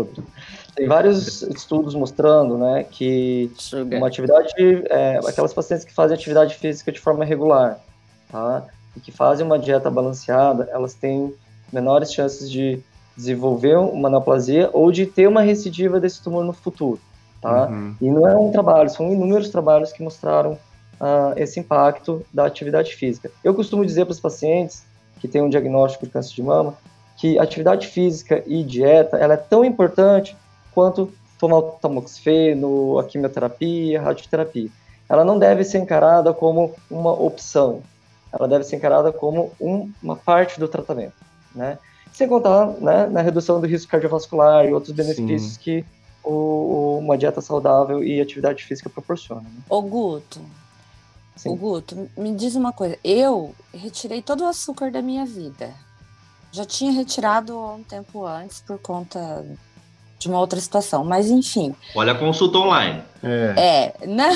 Tem vários estudos mostrando, né, que Sugar. uma atividade... É, aquelas pacientes que fazem atividade física de forma regular, tá? E que fazem uma dieta balanceada, elas têm menores chances de desenvolver uma neoplasia ou de ter uma recidiva desse tumor no futuro, tá? Uhum. E não é um trabalho, são inúmeros trabalhos que mostraram uh, esse impacto da atividade física. Eu costumo dizer para os pacientes que têm um diagnóstico de câncer de mama que atividade física e dieta, ela é tão importante quanto tomar o tamoxifeno, a quimioterapia, a radioterapia. Ela não deve ser encarada como uma opção, ela deve ser encarada como um, uma parte do tratamento, né? Sem contar, né, na redução do risco cardiovascular e outros benefícios Sim. que o, uma dieta saudável e atividade física proporcionam. Né? Ô Guto, Sim. ô Guto, me diz uma coisa, eu retirei todo o açúcar da minha vida. Já tinha retirado há um tempo antes por conta de uma outra situação, mas enfim. Olha a consulta online. É, é né?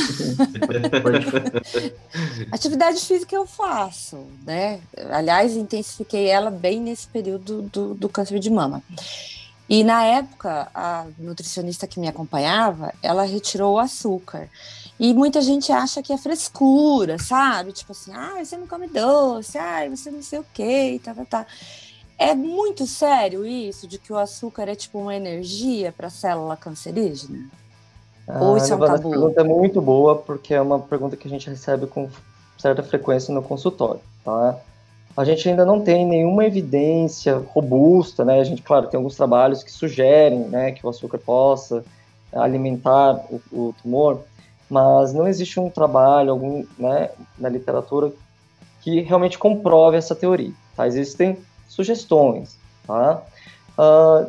Atividade física eu faço, né? Aliás, intensifiquei ela bem nesse período do, do câncer de mama. E na época, a nutricionista que me acompanhava, ela retirou o açúcar. E muita gente acha que é frescura, sabe? Tipo assim, ah, você não come doce, ah, você não sei o quê, tá, tá, tá. É muito sério isso, de que o açúcar é tipo uma energia para a célula cancerígena? Ah, Ou isso é um Nivana, tabu? essa pergunta é muito boa, porque é uma pergunta que a gente recebe com certa frequência no consultório, tá? A gente ainda não tem nenhuma evidência robusta, né? A gente, claro, tem alguns trabalhos que sugerem, né, que o açúcar possa alimentar o, o tumor, mas não existe um trabalho, algum, né, na literatura que realmente comprove essa teoria, tá? Existem sugestões, tá? Uh,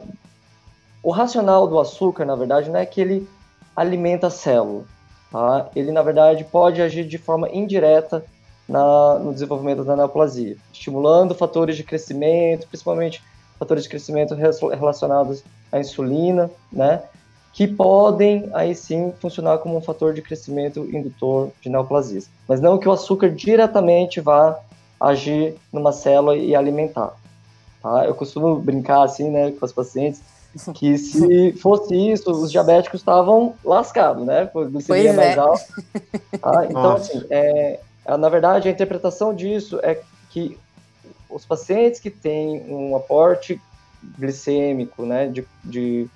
o racional do açúcar, na verdade, não é que ele alimenta a célula, tá? Ele, na verdade, pode agir de forma indireta Na, no desenvolvimento da neoplasia, estimulando fatores de crescimento, principalmente fatores de crescimento relacionados à insulina, né, que podem, aí sim, funcionar como um fator de crescimento indutor de neoplasias. Mas não que o açúcar diretamente vá agir numa célula e alimentar. Tá? Eu costumo brincar, assim, né, com as pacientes, que se fosse isso, os diabéticos estavam lascados, né, com a glicemia Pois mais é. alta. Tá? Então, Nossa. assim, é... Na verdade, a interpretação disso é que os pacientes que têm um aporte glicêmico, né, de, de,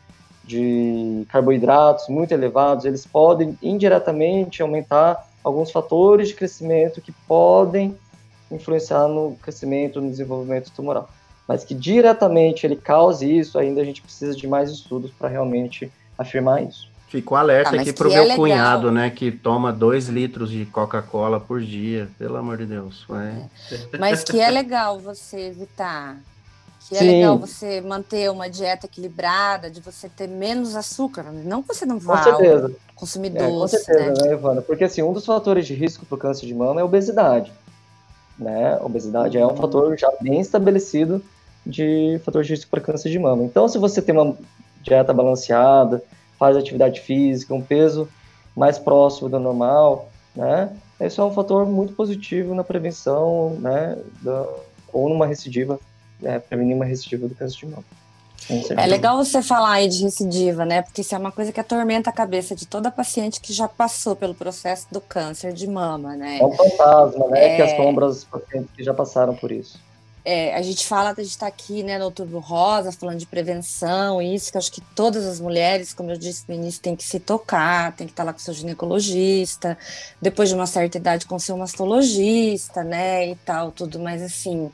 de carboidratos muito elevados, eles podem indiretamente aumentar alguns fatores de crescimento que podem influenciar no crescimento, no desenvolvimento tumoral. Mas que diretamente ele cause isso, ainda a gente precisa de mais estudos para realmente afirmar isso. Ficou alerta Ah, aqui pro é meu legal. cunhado, né, que toma dois litros de Coca-Cola por dia, pelo amor de Deus. É. Mas que é legal você evitar, que é Sim. legal você manter uma dieta equilibrada, de você ter menos açúcar, não que você não vá Com certeza. consumir É, doce, com certeza, né? né, Ivana? Porque, assim, um dos fatores de risco para o câncer de mama é a obesidade, né? A obesidade é um fator já bem estabelecido de fator de risco para câncer de mama. Então, se você tem uma dieta balanceada, faz atividade física, um peso mais próximo do normal, né? Isso é um fator muito positivo na prevenção, né? Da, ou numa recidiva, né? Prevenir uma recidiva do câncer de mama. É legal você falar aí de recidiva, né? Porque isso é uma coisa que atormenta a cabeça de toda paciente que já passou pelo processo do câncer de mama, né? É um fantasma, né? É... Que assombra os pacientes que já passaram por isso. É, a gente fala, a gente está aqui, né, no Outubro Rosa, falando de prevenção, isso que eu acho que todas as mulheres, como eu disse no início, tem que se tocar, tem que estar lá com seu ginecologista, depois de uma certa idade com seu mastologista, né, e tal, tudo, mas assim,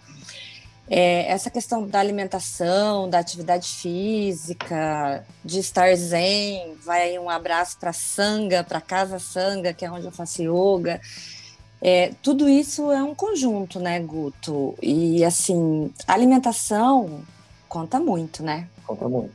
é, essa questão da alimentação, da atividade física, de estar zen, vai aí um abraço para Sanga, para Casa Sanga, que é onde eu faço yoga. É, tudo isso é um conjunto, né, Guto? E, assim, a alimentação conta muito, né? Conta muito.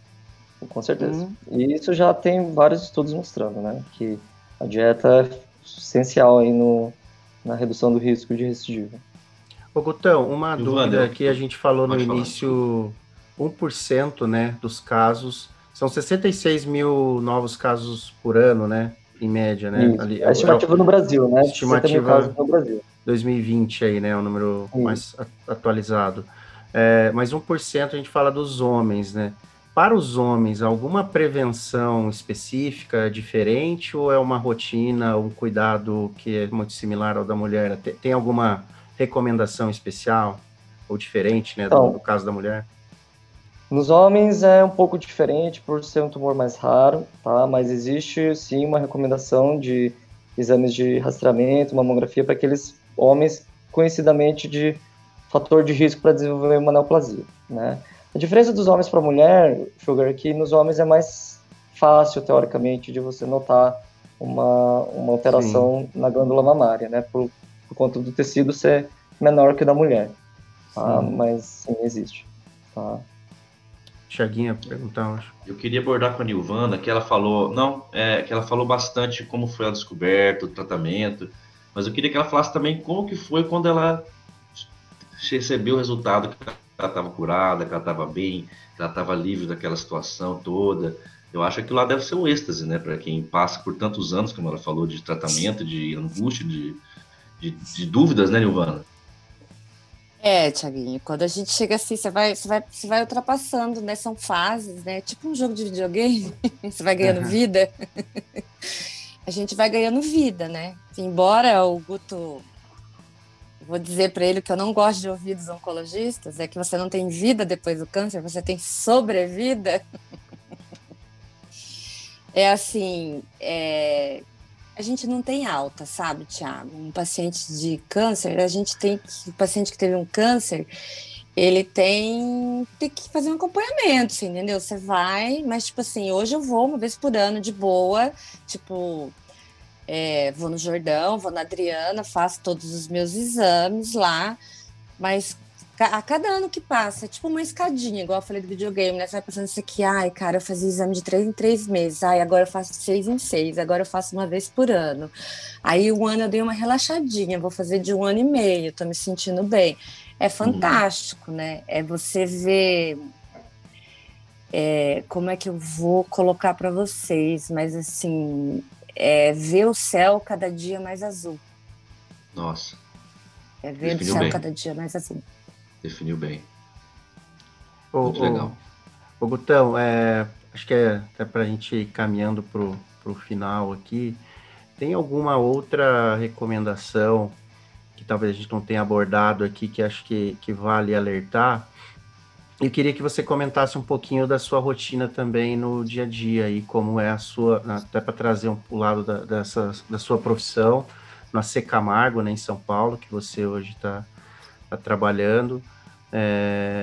Com certeza. Hum. E isso já tem vários estudos mostrando, né? Que a dieta é essencial aí no, na redução do risco de recidiva. Ô, Gutão, uma Ivana, dúvida que a gente falou no pode falar. início, um por cento, né, dos casos, são sessenta e seis mil novos casos por ano, né? Em média, né? Isso. Ali, a estimativa no Brasil, né? Estimativa casos no Brasil. dois mil e vinte aí, né? O número Isso. mais atualizado. É, mas um por cento a gente fala dos homens, né? Para os homens, alguma prevenção específica diferente ou é uma rotina, um cuidado que é muito similar ao da mulher? Tem, tem alguma recomendação especial ou diferente, né? Então, do, do caso da mulher? Nos homens é um pouco diferente por ser um tumor mais raro, tá? Mas existe sim uma recomendação de exames de rastreamento, mamografia para aqueles homens conhecidamente de fator de risco para desenvolver uma neoplasia, né? A diferença dos homens para a mulher, Sugar, é que nos homens é mais fácil, teoricamente, de você notar uma, uma alteração sim. na glândula mamária, né? Por, por conta do tecido ser menor que o da mulher, tá? Mas sim, existe, tá? Tiaguinha perguntar, acho. Eu queria abordar com a Nilvana, que ela falou, não, é, que ela falou bastante como foi a descoberta, o tratamento, mas eu queria que ela falasse também como que foi quando ela recebeu o resultado que ela estava curada, que ela estava bem, que ela estava livre daquela situação toda. Eu acho que aquilo lá deve ser um êxtase, né? Para quem passa por tantos anos, como ela falou, de tratamento, de angústia, de, de, de dúvidas, né, Nilvana? É, Thiaguinho, quando a gente chega assim, você vai, você vai, você vai ultrapassando, né? São fases, né? Tipo um jogo de videogame, você vai ganhando uhum. vida. A gente vai ganhando vida, né? Embora o Guto, vou dizer para ele que eu não gosto de ouvir dos oncologistas, é que você não tem vida depois do câncer, você tem sobrevida. É assim, é... a gente não tem alta, sabe, Thiago? Um paciente de câncer, a gente tem que, o paciente que teve um câncer, ele tem, tem que fazer um acompanhamento, assim, entendeu? Você vai, mas tipo assim, hoje eu vou uma vez por ano de boa, tipo, é, vou no Jordão, vou na Adriana, faço todos os meus exames lá, mas a cada ano que passa, é tipo uma escadinha, igual eu falei do videogame, né? Você vai pensando isso aqui, ai, cara, eu fazia exame de três em três meses, ai, agora eu faço seis em seis, agora eu faço uma vez por ano. Aí um ano eu dei uma relaxadinha, vou fazer de um ano e meio, tô me sentindo bem. É fantástico, uhum. né? É você ver... É, como é que eu vou colocar para vocês, mas assim, é ver o céu cada dia mais azul. Nossa. É ver Definiu o céu bem. cada dia mais azul. Definiu bem. Muito ô, legal. Ô, Gutão, é, acho que é até para a gente ir caminhando para o final aqui, tem alguma outra recomendação que talvez a gente não tenha abordado aqui, que acho que, que vale alertar? Eu queria que você comentasse um pouquinho da sua rotina também no dia a dia, e como é a sua, até para trazer um, o lado da, dessa, da sua profissão, no A C Camargo, né, em São Paulo, que você hoje está tá trabalhando. É,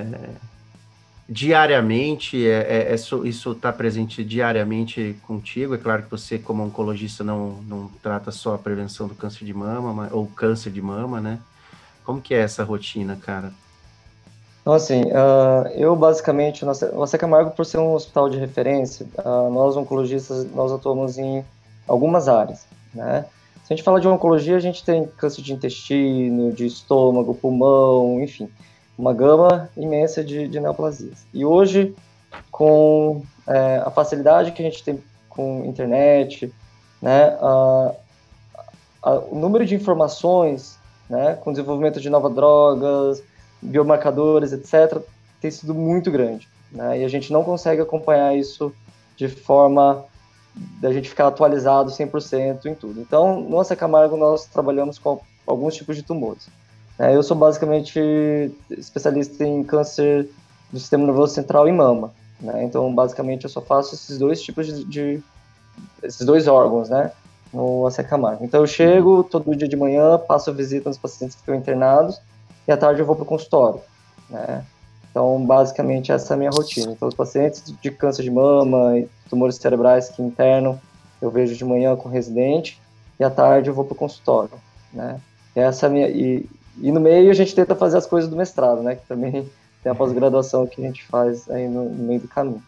diariamente, é, é, isso está presente diariamente contigo? É claro que você, como oncologista, não, não trata só a prevenção do câncer de mama, mas, ou câncer de mama, né? Como que é essa rotina, cara? Então, assim, uh, eu basicamente, o A C Camargo, por ser um hospital de referência, uh, nós oncologistas, nós atuamos em algumas áreas, né? Se a gente fala de oncologia, a gente tem câncer de intestino, de estômago, pulmão, enfim, uma gama imensa de, de neoplasias. E hoje, com é, a facilidade que a gente tem com internet, né, a, a, o número de informações, né, com o desenvolvimento de novas drogas, biomarcadores, etcétera, tem sido muito grande, né, e a gente não consegue acompanhar isso de forma da gente ficar atualizado cem por cento em tudo. Então, no A C Camargo, nós trabalhamos com alguns tipos de tumores. É, eu sou basicamente especialista em câncer do sistema nervoso central e mama, né? Então, basicamente, eu só faço esses dois tipos de, de esses dois órgãos, né, no A C Camargo. Então, eu chego todo dia de manhã, passo visita nos pacientes que estão internados, e à tarde eu vou para o consultório, né? Então, basicamente, essa é a minha rotina. Então, os pacientes de câncer de mama e tumores cerebrais que internam, eu vejo de manhã com o residente, e à tarde eu vou para o consultório, né? E, essa é a minha, e, e no meio a gente tenta fazer as coisas do mestrado, né? Que também tem a pós-graduação que a gente faz aí no, no meio do caminho.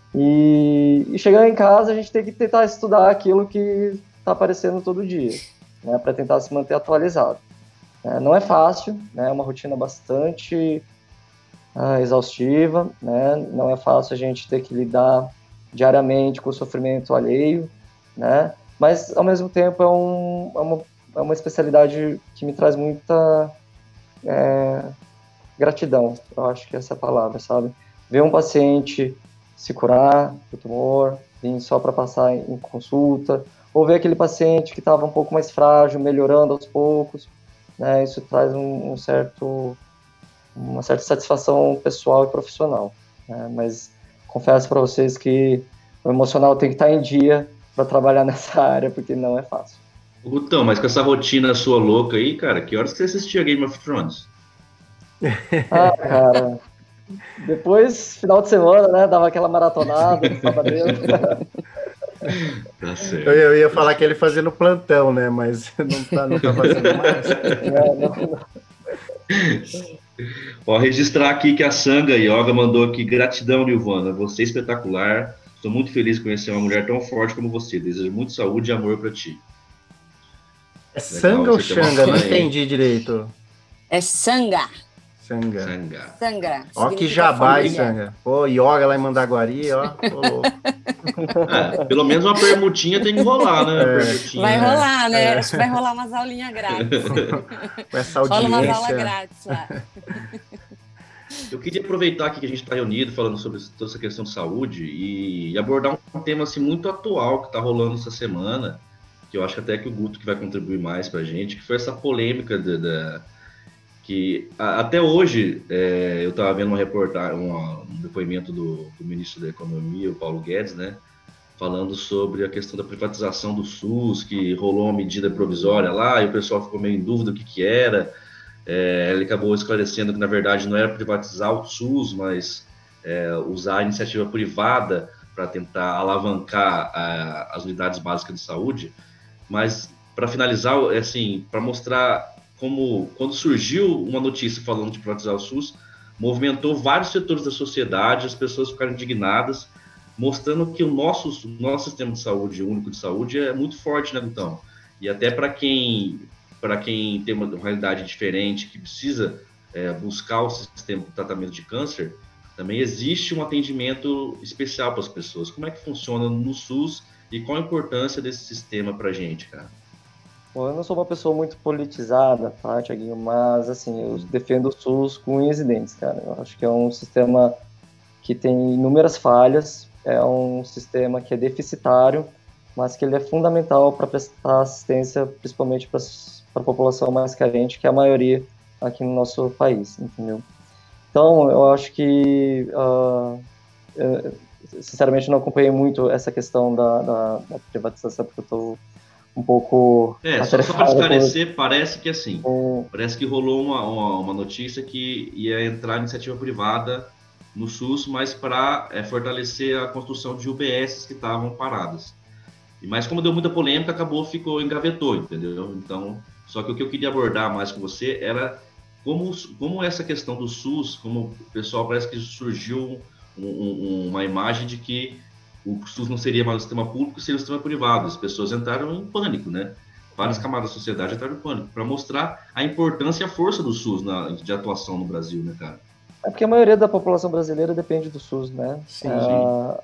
E, e chegando em casa, a gente tem que tentar estudar aquilo que está aparecendo todo dia, né? Para tentar se manter atualizado. É, não é fácil, né? É uma rotina bastante... Ah, exaustiva, né? Não é fácil a gente ter que lidar diariamente com o sofrimento alheio, né? Mas, ao mesmo tempo, é, um, é, uma, é uma especialidade que me traz muita é, gratidão, eu acho que essa é a palavra, sabe? Ver um paciente se curar do tumor, vir só para passar em consulta, ou ver aquele paciente que estava um pouco mais frágil, melhorando aos poucos, né? Isso traz um, um certo... uma certa satisfação pessoal e profissional, né? Mas confesso para vocês que o emocional tem que estar em dia para trabalhar nessa área, porque não é fácil. Gutão, mas com essa rotina sua louca aí, cara, que horas que você assistia Game of Thrones? Ah, cara, depois, final de semana, né, dava aquela maratonada, no sábado. Tá certo. Eu, eu ia falar que ele fazia no plantão, né, mas não tá, não tá fazendo mais. Não, não, não. Ó, registrar aqui que a Sanga Yoga mandou aqui: gratidão, Nilvana, você é espetacular, estou muito feliz de conhecer uma mulher tão forte como você, desejo muito saúde e amor para ti. É Sanga ou Xanga? Não entendi direito. É Sanga. Sangha. Sangha. Sangha. Ó que significa jabá, família. Sangha. Pô, yoga lá em Mandaguari, ó. Ô, louco. É, pelo menos uma permutinha tem que rolar, né? Uma É. permutinha. Vai rolar, né? É. Acho que vai rolar umas aulinhas grátis. Com essa Rola umas aulas audiência. grátis lá. Eu queria aproveitar aqui que a gente está reunido falando sobre toda essa questão de saúde e abordar um tema assim, muito atual que está rolando essa semana, que eu acho até que o Guto que vai contribuir mais para a gente, que foi essa polêmica da, da que a, até hoje é, eu estava vendo uma reportagem, um, um depoimento do, do ministro da Economia, o Paulo Guedes, né, falando sobre a questão da privatização do SUS, que rolou uma medida provisória lá e o pessoal ficou meio em dúvida do que que era. É, ele acabou esclarecendo que, na verdade, não era privatizar o SUS, mas é, usar a iniciativa privada para tentar alavancar a, as unidades básicas de saúde. Mas, para finalizar, assim, para mostrar como, quando surgiu uma notícia falando de privatizar o SUS, movimentou vários setores da sociedade, as pessoas ficaram indignadas, mostrando que o nosso, nosso sistema de saúde, único de saúde, é muito forte, né, Gutão? E até para quem... para quem tem uma realidade diferente, que precisa é, buscar o sistema de tratamento de câncer, também existe um atendimento especial para as pessoas. Como é que funciona no SUS e qual a importância desse sistema para a gente, cara? Bom, eu não sou uma pessoa muito politizada, tá, Thiaguinho? Mas, assim, eu defendo o SUS com unhas e dentes, cara. Eu acho que é um sistema que tem inúmeras falhas, é um sistema que é deficitário, mas que ele é fundamental para prestar assistência, principalmente para para a população mais carente, que é a maioria aqui no nosso país, entendeu? Então, eu acho que, uh, eu, sinceramente, não acompanhei muito essa questão da, da, da privatização, porque eu estou um pouco... É, só, só para esclarecer, por... parece que assim, um... parece que rolou uma, uma, uma notícia que ia entrar iniciativa privada no SUS, mas para é, fortalecer a construção de U B S que estavam paradas. Mas como deu muita polêmica, acabou, ficou, engavetou, entendeu? Então... Só que o que eu queria abordar mais com você era como, como essa questão do SUS, como o pessoal parece que surgiu um, um, uma imagem de que o SUS não seria mais um sistema público, seria um sistema privado. As pessoas entraram em pânico, né? Várias camadas da sociedade entraram em pânico, para mostrar a importância e a força do SUS na, de atuação no Brasil, né, cara? É porque a maioria da população brasileira depende do SUS, né? Sim, ah,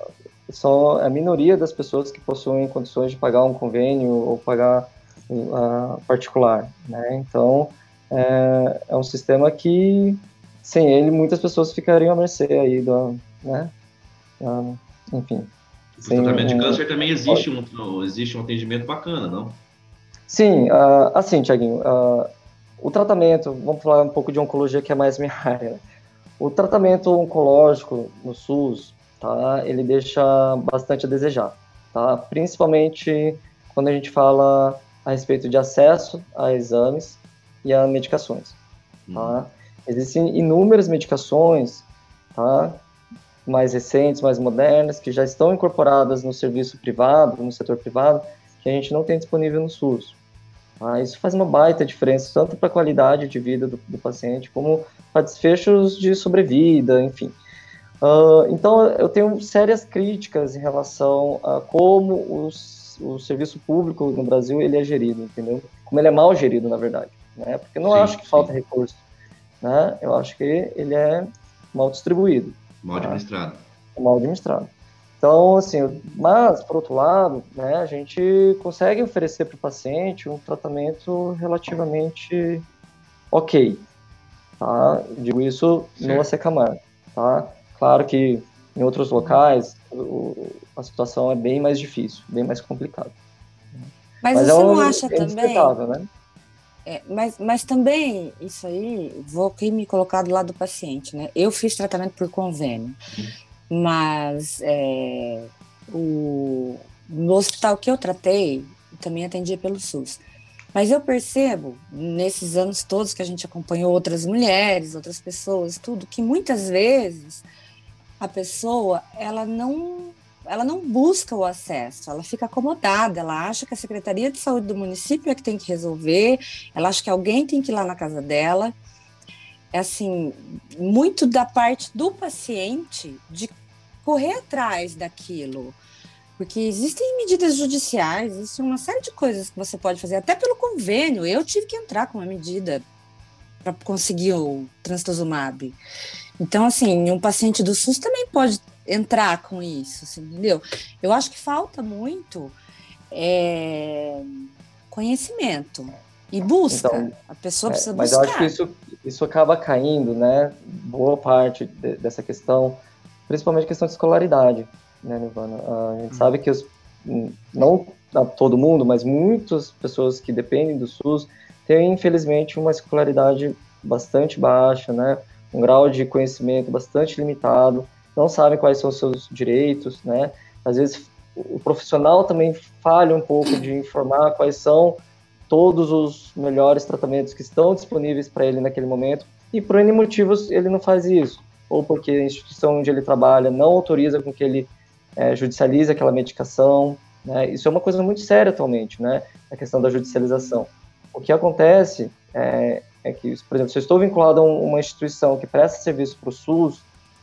são a minoria das pessoas que possuem condições de pagar um convênio ou pagar Uh, particular, né? Então é, é um sistema que sem ele muitas pessoas ficariam à mercê aí do, né? Uh, enfim. O tratamento um, de câncer também existe um, existe um atendimento bacana, não? Sim, uh, assim, Thiaguinho, uh, o tratamento, vamos falar um pouco de oncologia que é mais minha área, né? O tratamento oncológico no SUS, tá? Ele deixa bastante a desejar, tá? Principalmente quando a gente fala a respeito de acesso a exames e a medicações, tá? Hum. Existem inúmeras medicações, tá? Mais recentes, mais modernas, que já estão incorporadas no serviço privado, no setor privado, que a gente não tem disponível no SUS. Tá? Isso faz uma baita diferença, tanto para a qualidade de vida do, do paciente, como para desfechos de sobrevida, enfim. Uh, então, eu tenho sérias críticas em relação a como os o serviço público no Brasil ele é gerido, entendeu? Como ele é mal gerido, na verdade, né? Porque eu não sim, acho que sim. falta recurso, né? Eu acho que ele é mal distribuído. Mal administrado. Tá? Mal administrado. Então, assim, mas, por outro lado, né, a gente consegue oferecer para o paciente um tratamento relativamente ok, tá? Digo isso certo. No A C Camargo, tá? Claro que em outros locais, o, a situação é bem mais difícil, bem mais complicada. Mas, mas você é um, não acha é também... Né? É, mas, mas também, isso aí, vou aqui me colocar do lado do paciente, né? Eu fiz tratamento por convênio, mas é, o, no hospital que eu tratei, também atendia pelo SUS. Mas eu percebo, nesses anos todos que a gente acompanhou outras mulheres, outras pessoas, tudo, que muitas vezes a pessoa, ela não, ela não busca o acesso, ela fica acomodada, ela acha que a Secretaria de Saúde do município é que tem que resolver, ela acha que alguém tem que ir lá na casa dela. É assim, muito da parte do paciente de correr atrás daquilo, porque existem medidas judiciais, existe uma série de coisas que você pode fazer, até pelo convênio. Eu tive que entrar com uma medida para conseguir o trastuzumab. Então, assim, um paciente do SUS também pode entrar com isso, assim, entendeu? Eu acho que falta muito é, conhecimento e busca. Então, a pessoa é, precisa mas buscar. eu acho que isso, isso acaba caindo, né? Boa parte de, dessa questão, principalmente a questão de escolaridade, né, Nirvana? A gente hum. sabe que os, não a todo mundo, mas muitas pessoas que dependem do SUS têm, infelizmente, uma escolaridade bastante baixa, né? Um grau de conhecimento bastante limitado, não sabem quais são os seus direitos, né? Às vezes o profissional também falha um pouco de informar quais são todos os melhores tratamentos que estão disponíveis para ele naquele momento, e por N motivos ele não faz isso, ou porque a instituição onde ele trabalha não autoriza com que ele é, judicialize aquela medicação, né? Isso é uma coisa muito séria atualmente, né? A questão da judicialização. O que acontece é, é que, por exemplo, se eu estou vinculado a uma instituição que presta serviço para o SUS,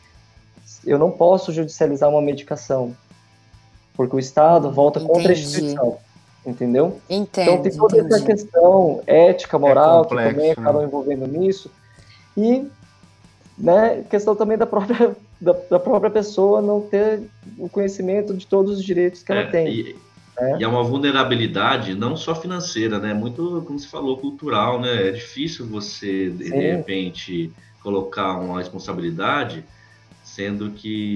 eu não posso judicializar uma medicação, porque o Estado volta Entendi. contra a instituição, entendeu? Entendo, então tem toda entendi. essa questão ética, moral, é complexo, que também acaba né? envolvendo nisso, e né, questão também da própria, da, da própria pessoa não ter o conhecimento de todos os direitos que ela É, tem. E, né? e é uma vulnerabilidade não só financeira, né? Muito, como você falou, cultural, né? É difícil você, de, de repente, colocar uma responsabilidade, sendo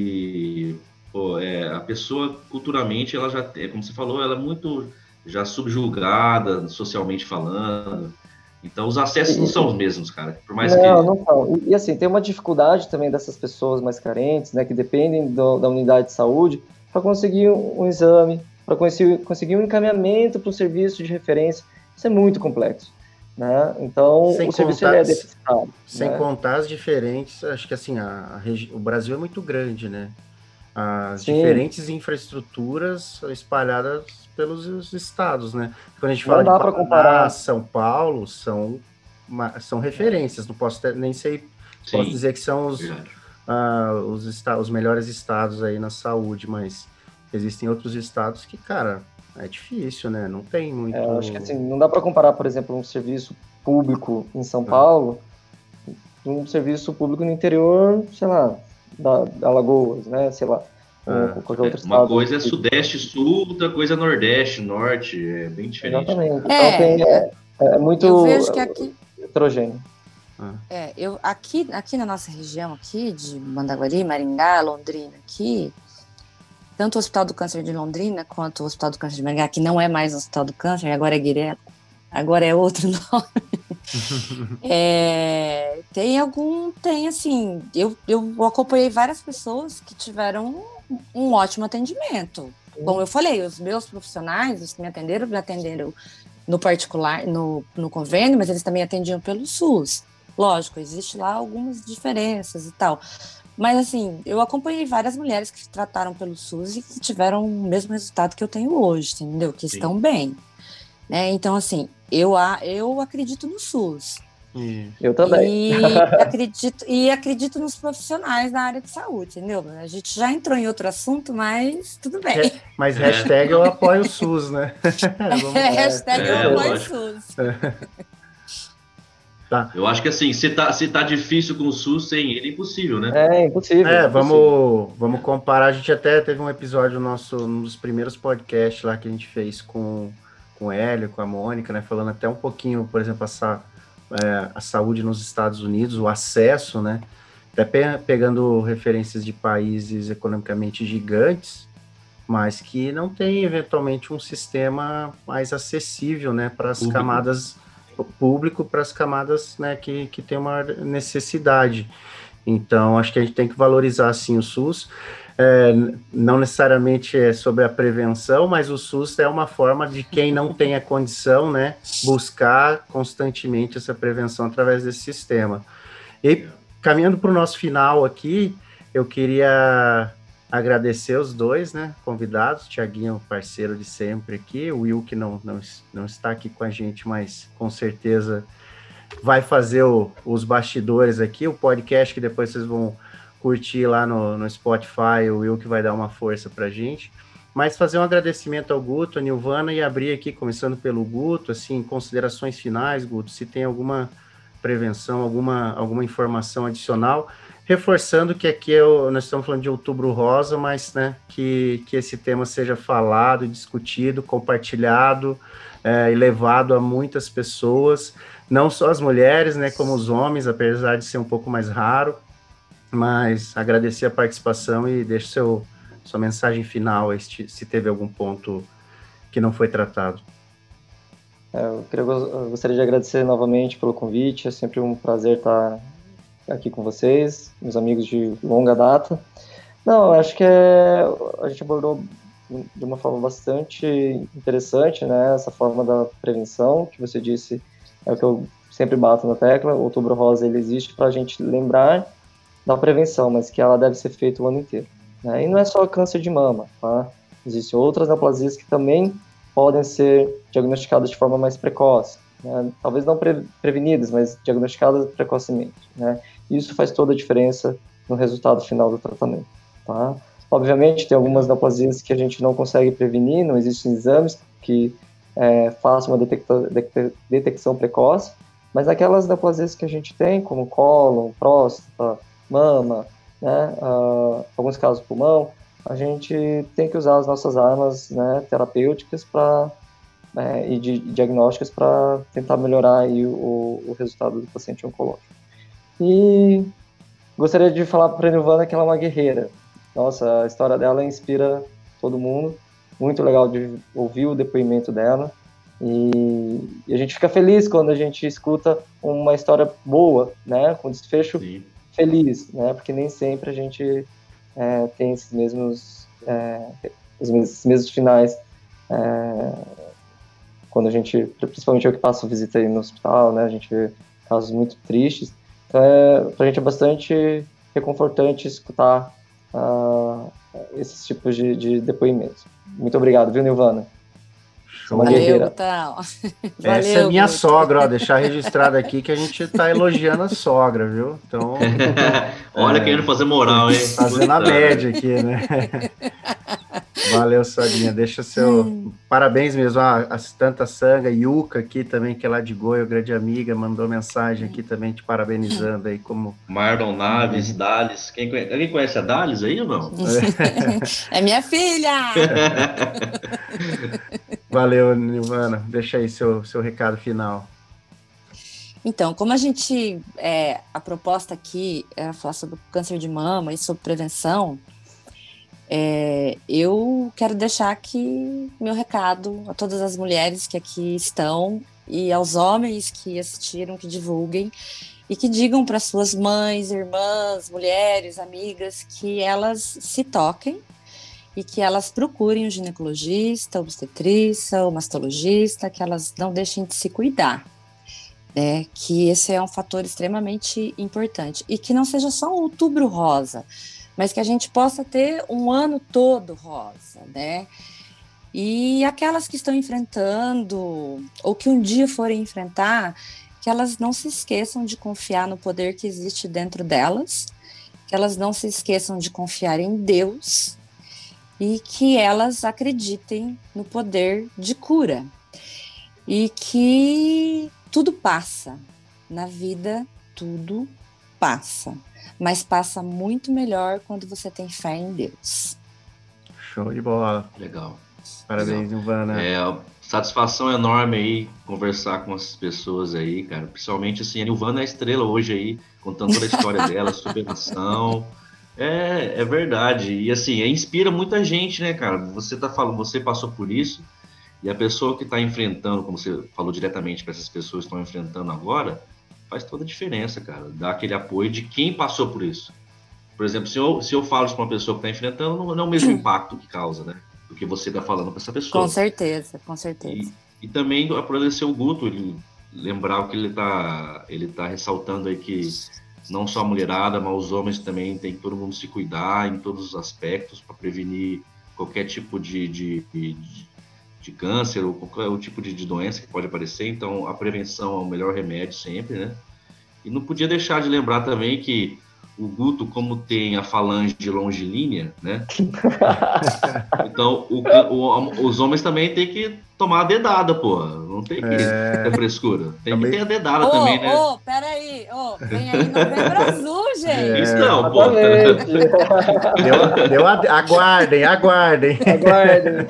que pô, é, a pessoa, culturalmente, ela já tem, como você falou, ela é muito já subjulgada, socialmente falando. Então, os acessos E- não são os mesmos, cara. Por mais Não, que... não são. E, e, assim, tem uma dificuldade também dessas pessoas mais carentes, né, que dependem do, da unidade de saúde, para conseguir um, um exame, para conseguir, conseguir um encaminhamento para um serviço de referência. Isso é muito complexo, né? Então, Sem o serviço contar- ele é deficitário. Sem né? contar as diferentes, acho que assim, a, a regi- o Brasil é muito grande, né? As Sim. diferentes infraestruturas espalhadas pelos estados, né? Quando a gente Não fala dá de pra Paraná, comparar. São Paulo, são, uma- são referências, não posso ter- nem sei, Sim, posso dizer que são os, verdade. ah, os, esta- os melhores estados aí na saúde, mas existem outros estados que, cara, é difícil, né? Não tem muito... É, eu acho que assim, não dá para comparar, por exemplo, um serviço público em São Ah. Paulo com um serviço público no interior, sei lá, da, da Alagoas, né? Sei lá, Ah. com qualquer outro Uma estado. coisa é sudeste, sul, outra coisa é nordeste, norte, é bem diferente. Exatamente. Então É, tem, é, é muito Eu vejo que aqui, heterogêneo. é, eu, aqui, aqui na nossa região aqui, de Mandaguari, Maringá, Londrina, aqui, tanto o Hospital do Câncer de Londrina quanto o Hospital do Câncer de Maringá, que não é mais o Hospital do Câncer, agora é Guiré, agora é outro nome. É, tem algum, tem assim, eu, eu acompanhei várias pessoas que tiveram um, um ótimo atendimento. Como eu falei, os meus profissionais, os que me atenderam, me atenderam no particular, no, no convênio, mas eles também atendiam pelo SUS. Lógico, existe lá algumas diferenças e tal. Mas assim, eu acompanhei várias mulheres que trataram pelo SUS e que tiveram o mesmo resultado que eu tenho hoje, entendeu? Que Sim. estão bem. Né? Então, assim, eu, eu acredito no SUS. E- Eu também. E acredito, e acredito nos profissionais da área de saúde, entendeu? A gente já entrou em outro assunto, mas tudo bem. É, mas hashtag eu apoio o SUS, né? Vamos- É, hashtag É, eu apoio o lógico. SUS. Tá. Eu acho que assim, se tá, se tá difícil com o SUS, sem ele é impossível, né? É impossível. É, impossível. vamos, vamos comparar. A gente até teve um episódio nosso, um dos primeiros podcasts lá que a gente fez com, com o Hélio, com a Mônica, né? Falando até um pouquinho, por exemplo, essa, é, a saúde nos Estados Unidos, o acesso, né? Até pe- pegando referências de países economicamente gigantes, mas que não tem, eventualmente, um sistema mais acessível, né? Para as Público. camadas público, para as camadas, né, que, que tem uma necessidade. Então, acho que a gente tem que valorizar, sim, o SUS. É, não necessariamente é sobre a prevenção, mas o SUS é uma forma de quem não tem a condição, né, buscar constantemente essa prevenção através desse sistema. E, caminhando para o nosso final aqui, eu queria agradecer os dois, né, convidados, Tiaguinho, parceiro de sempre aqui, o Will, que não, não, não está aqui com a gente, mas com certeza vai fazer o, os bastidores aqui, o podcast que depois vocês vão curtir lá no, no Spotify, o Will que vai dar uma força pra gente. Mas fazer um agradecimento ao Guto, a Nilvana, e abrir aqui, começando pelo Guto, assim, considerações finais, Guto, se tem alguma prevenção, alguma, alguma informação adicional, reforçando que aqui é o, nós estamos falando de Outubro Rosa, mas né, que, que esse tema seja falado, discutido, compartilhado é, e levado a muitas pessoas, não só as mulheres, né, como os homens, apesar de ser um pouco mais raro, mas agradecer a participação e deixo seu, sua mensagem final, se teve algum ponto que não foi tratado. Eu, queria, eu gostaria de agradecer novamente pelo convite, é sempre um prazer estar aqui com vocês, meus amigos de longa data. Não, acho que é, a gente abordou de uma forma bastante interessante, né, essa forma da prevenção, que você disse, é o que eu sempre bato na tecla, o Outubro Rosa ele existe para a gente lembrar da prevenção, mas que ela deve ser feita o ano inteiro, né? E não é só câncer de mama, tá? Existem outras neoplasias que também podem ser diagnosticadas de forma mais precoce, né? Talvez não pre prevenidas, mas diagnosticadas precocemente, né? Isso faz toda a diferença no resultado final do tratamento, tá? Obviamente, tem algumas neoplasias que a gente não consegue prevenir, não existem exames que é, façam uma detecta detecção precoce, mas aquelas neoplasias que a gente tem, como cólon, próstata, mama, né, uh, alguns casos pulmão, a gente tem que usar as nossas armas, né, terapêuticas pra, né, e de, diagnósticas para tentar melhorar aí o, o resultado do paciente oncológico. E gostaria de falar para a Nilvana que ela é uma guerreira. Nossa, a história dela inspira todo mundo. Muito legal de ouvir o depoimento dela. E, e a gente fica feliz quando a gente escuta uma história boa, né, com desfecho Sim. feliz, né, porque nem sempre a gente é, tem esses mesmos, é, os mesmos, mesmos finais, é, quando a gente, principalmente eu que passo visita aí no hospital, né, a gente vê casos muito tristes, então é, pra gente é bastante reconfortante escutar uh, esses tipos de, de depoimentos. Muito obrigado, viu, Nilvana? Show. Valeu, Gutal. Essa é minha Guto. sogra, ó, deixar registrado aqui que a gente tá elogiando a sogra, viu? Então, olha, é, querendo fazer moral, hein? Fazendo a média aqui, né? Valeu, Sogrinha. Deixa seu... Hum. Parabéns mesmo. Ah, a Tanta Sanga, Yuka aqui também, que é lá de Goiânia, grande amiga, mandou mensagem aqui também te parabenizando aí como... Marlon Naves, uhum. Dales. Quem conhece... Alguém conhece a Dales aí ou não? É minha filha! Valeu, Nilvana. Deixa aí seu, seu recado final. Então, como a gente... É, a proposta aqui é falar sobre câncer de mama e sobre prevenção, É, eu quero deixar aqui meu recado a todas as mulheres que aqui estão e aos homens que assistiram, que divulguem e que digam para suas mães, irmãs, mulheres, amigas, que elas se toquem e que elas procurem um ginecologista, obstetriça, ou mastologista, que elas não deixem de se cuidar, né? Que esse é um fator extremamente importante e que não seja só um outubro rosa, mas que a gente possa ter um ano todo rosa, né? E aquelas que estão enfrentando, ou que um dia forem enfrentar, que elas não se esqueçam de confiar no poder que existe dentro delas, que elas não se esqueçam de confiar em Deus e que elas acreditem no poder de cura. E que tudo passa, na vida tudo passa. Mas passa muito melhor quando você tem fé em Deus. Show de bola. Legal. Parabéns, Nilvana. É, satisfação enorme aí conversar com essas pessoas aí, cara. Principalmente assim, a Nilvana é a estrela hoje aí, contando toda a história dela, superação. É, é verdade. E assim, inspira muita gente, né, cara? Você tá falando, você passou por isso, e a pessoa que está enfrentando, como você falou diretamente para essas pessoas que estão enfrentando agora, faz toda a diferença, cara. Dar aquele apoio de quem passou por isso. Por exemplo, se eu, se eu falo isso para uma pessoa que está enfrentando, não é o mesmo impacto que causa, né? Do que você está falando para essa pessoa. Com certeza, com certeza. E, e também agradecer o Guto, ele lembrar o que ele está ele tá ressaltando aí, que não só a mulherada, mas os homens também tem que todo mundo se cuidar em todos os aspectos para prevenir qualquer tipo de, de, de, de câncer ou qualquer tipo de, de doença que pode aparecer. Então, a prevenção é o melhor remédio sempre, né? E não podia deixar de lembrar também que o Guto, como tem a falange longilínea, né? Então, o, o, os homens também têm que tomar a dedada, pô. Não tem que é... ter frescura. Tem também... que ter a dedada oh, também, né? Ô, oh, peraí. Ô, oh, vem aí Novembro Azul, gente. É... Isso não, pô. deu, deu a... Aguardem, aguardem. Aguardem.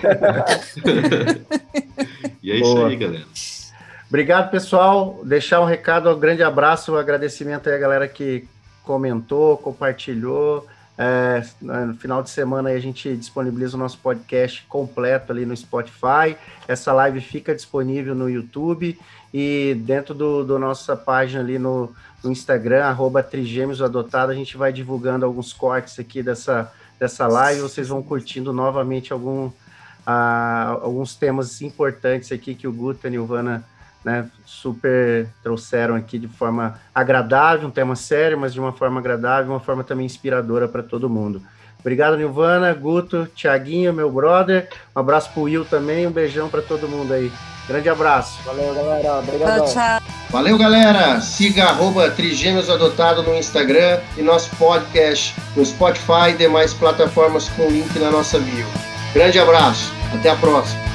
E é Boa. Isso aí, galera. Obrigado, pessoal. Deixar um recado, um grande abraço, um agradecimento aí à galera que comentou, compartilhou. É, no final de semana aí a gente disponibiliza o nosso podcast completo ali no Spotify. Essa live fica disponível no YouTube e dentro do, do nossa página ali no, no Instagram, arroba Trigêmeos Adotado, a gente vai divulgando alguns cortes aqui dessa, dessa live. Vocês vão curtindo novamente algum, ah, alguns temas importantes aqui que o Guto e a Nilvana, né, super trouxeram aqui de forma agradável, um tema sério, mas de uma forma agradável, uma forma também inspiradora para todo mundo. Obrigado, Nilvana, Guto, Thiaguinho, meu brother, um abraço pro Will também, um beijão para todo mundo aí. Grande abraço. Valeu, galera. Obrigadão. Tchau, tchau. Valeu, galera. Siga arroba Trigêmeos Adotado no Instagram e nosso podcast no Spotify e demais plataformas com link na nossa bio. Grande abraço. Até a próxima.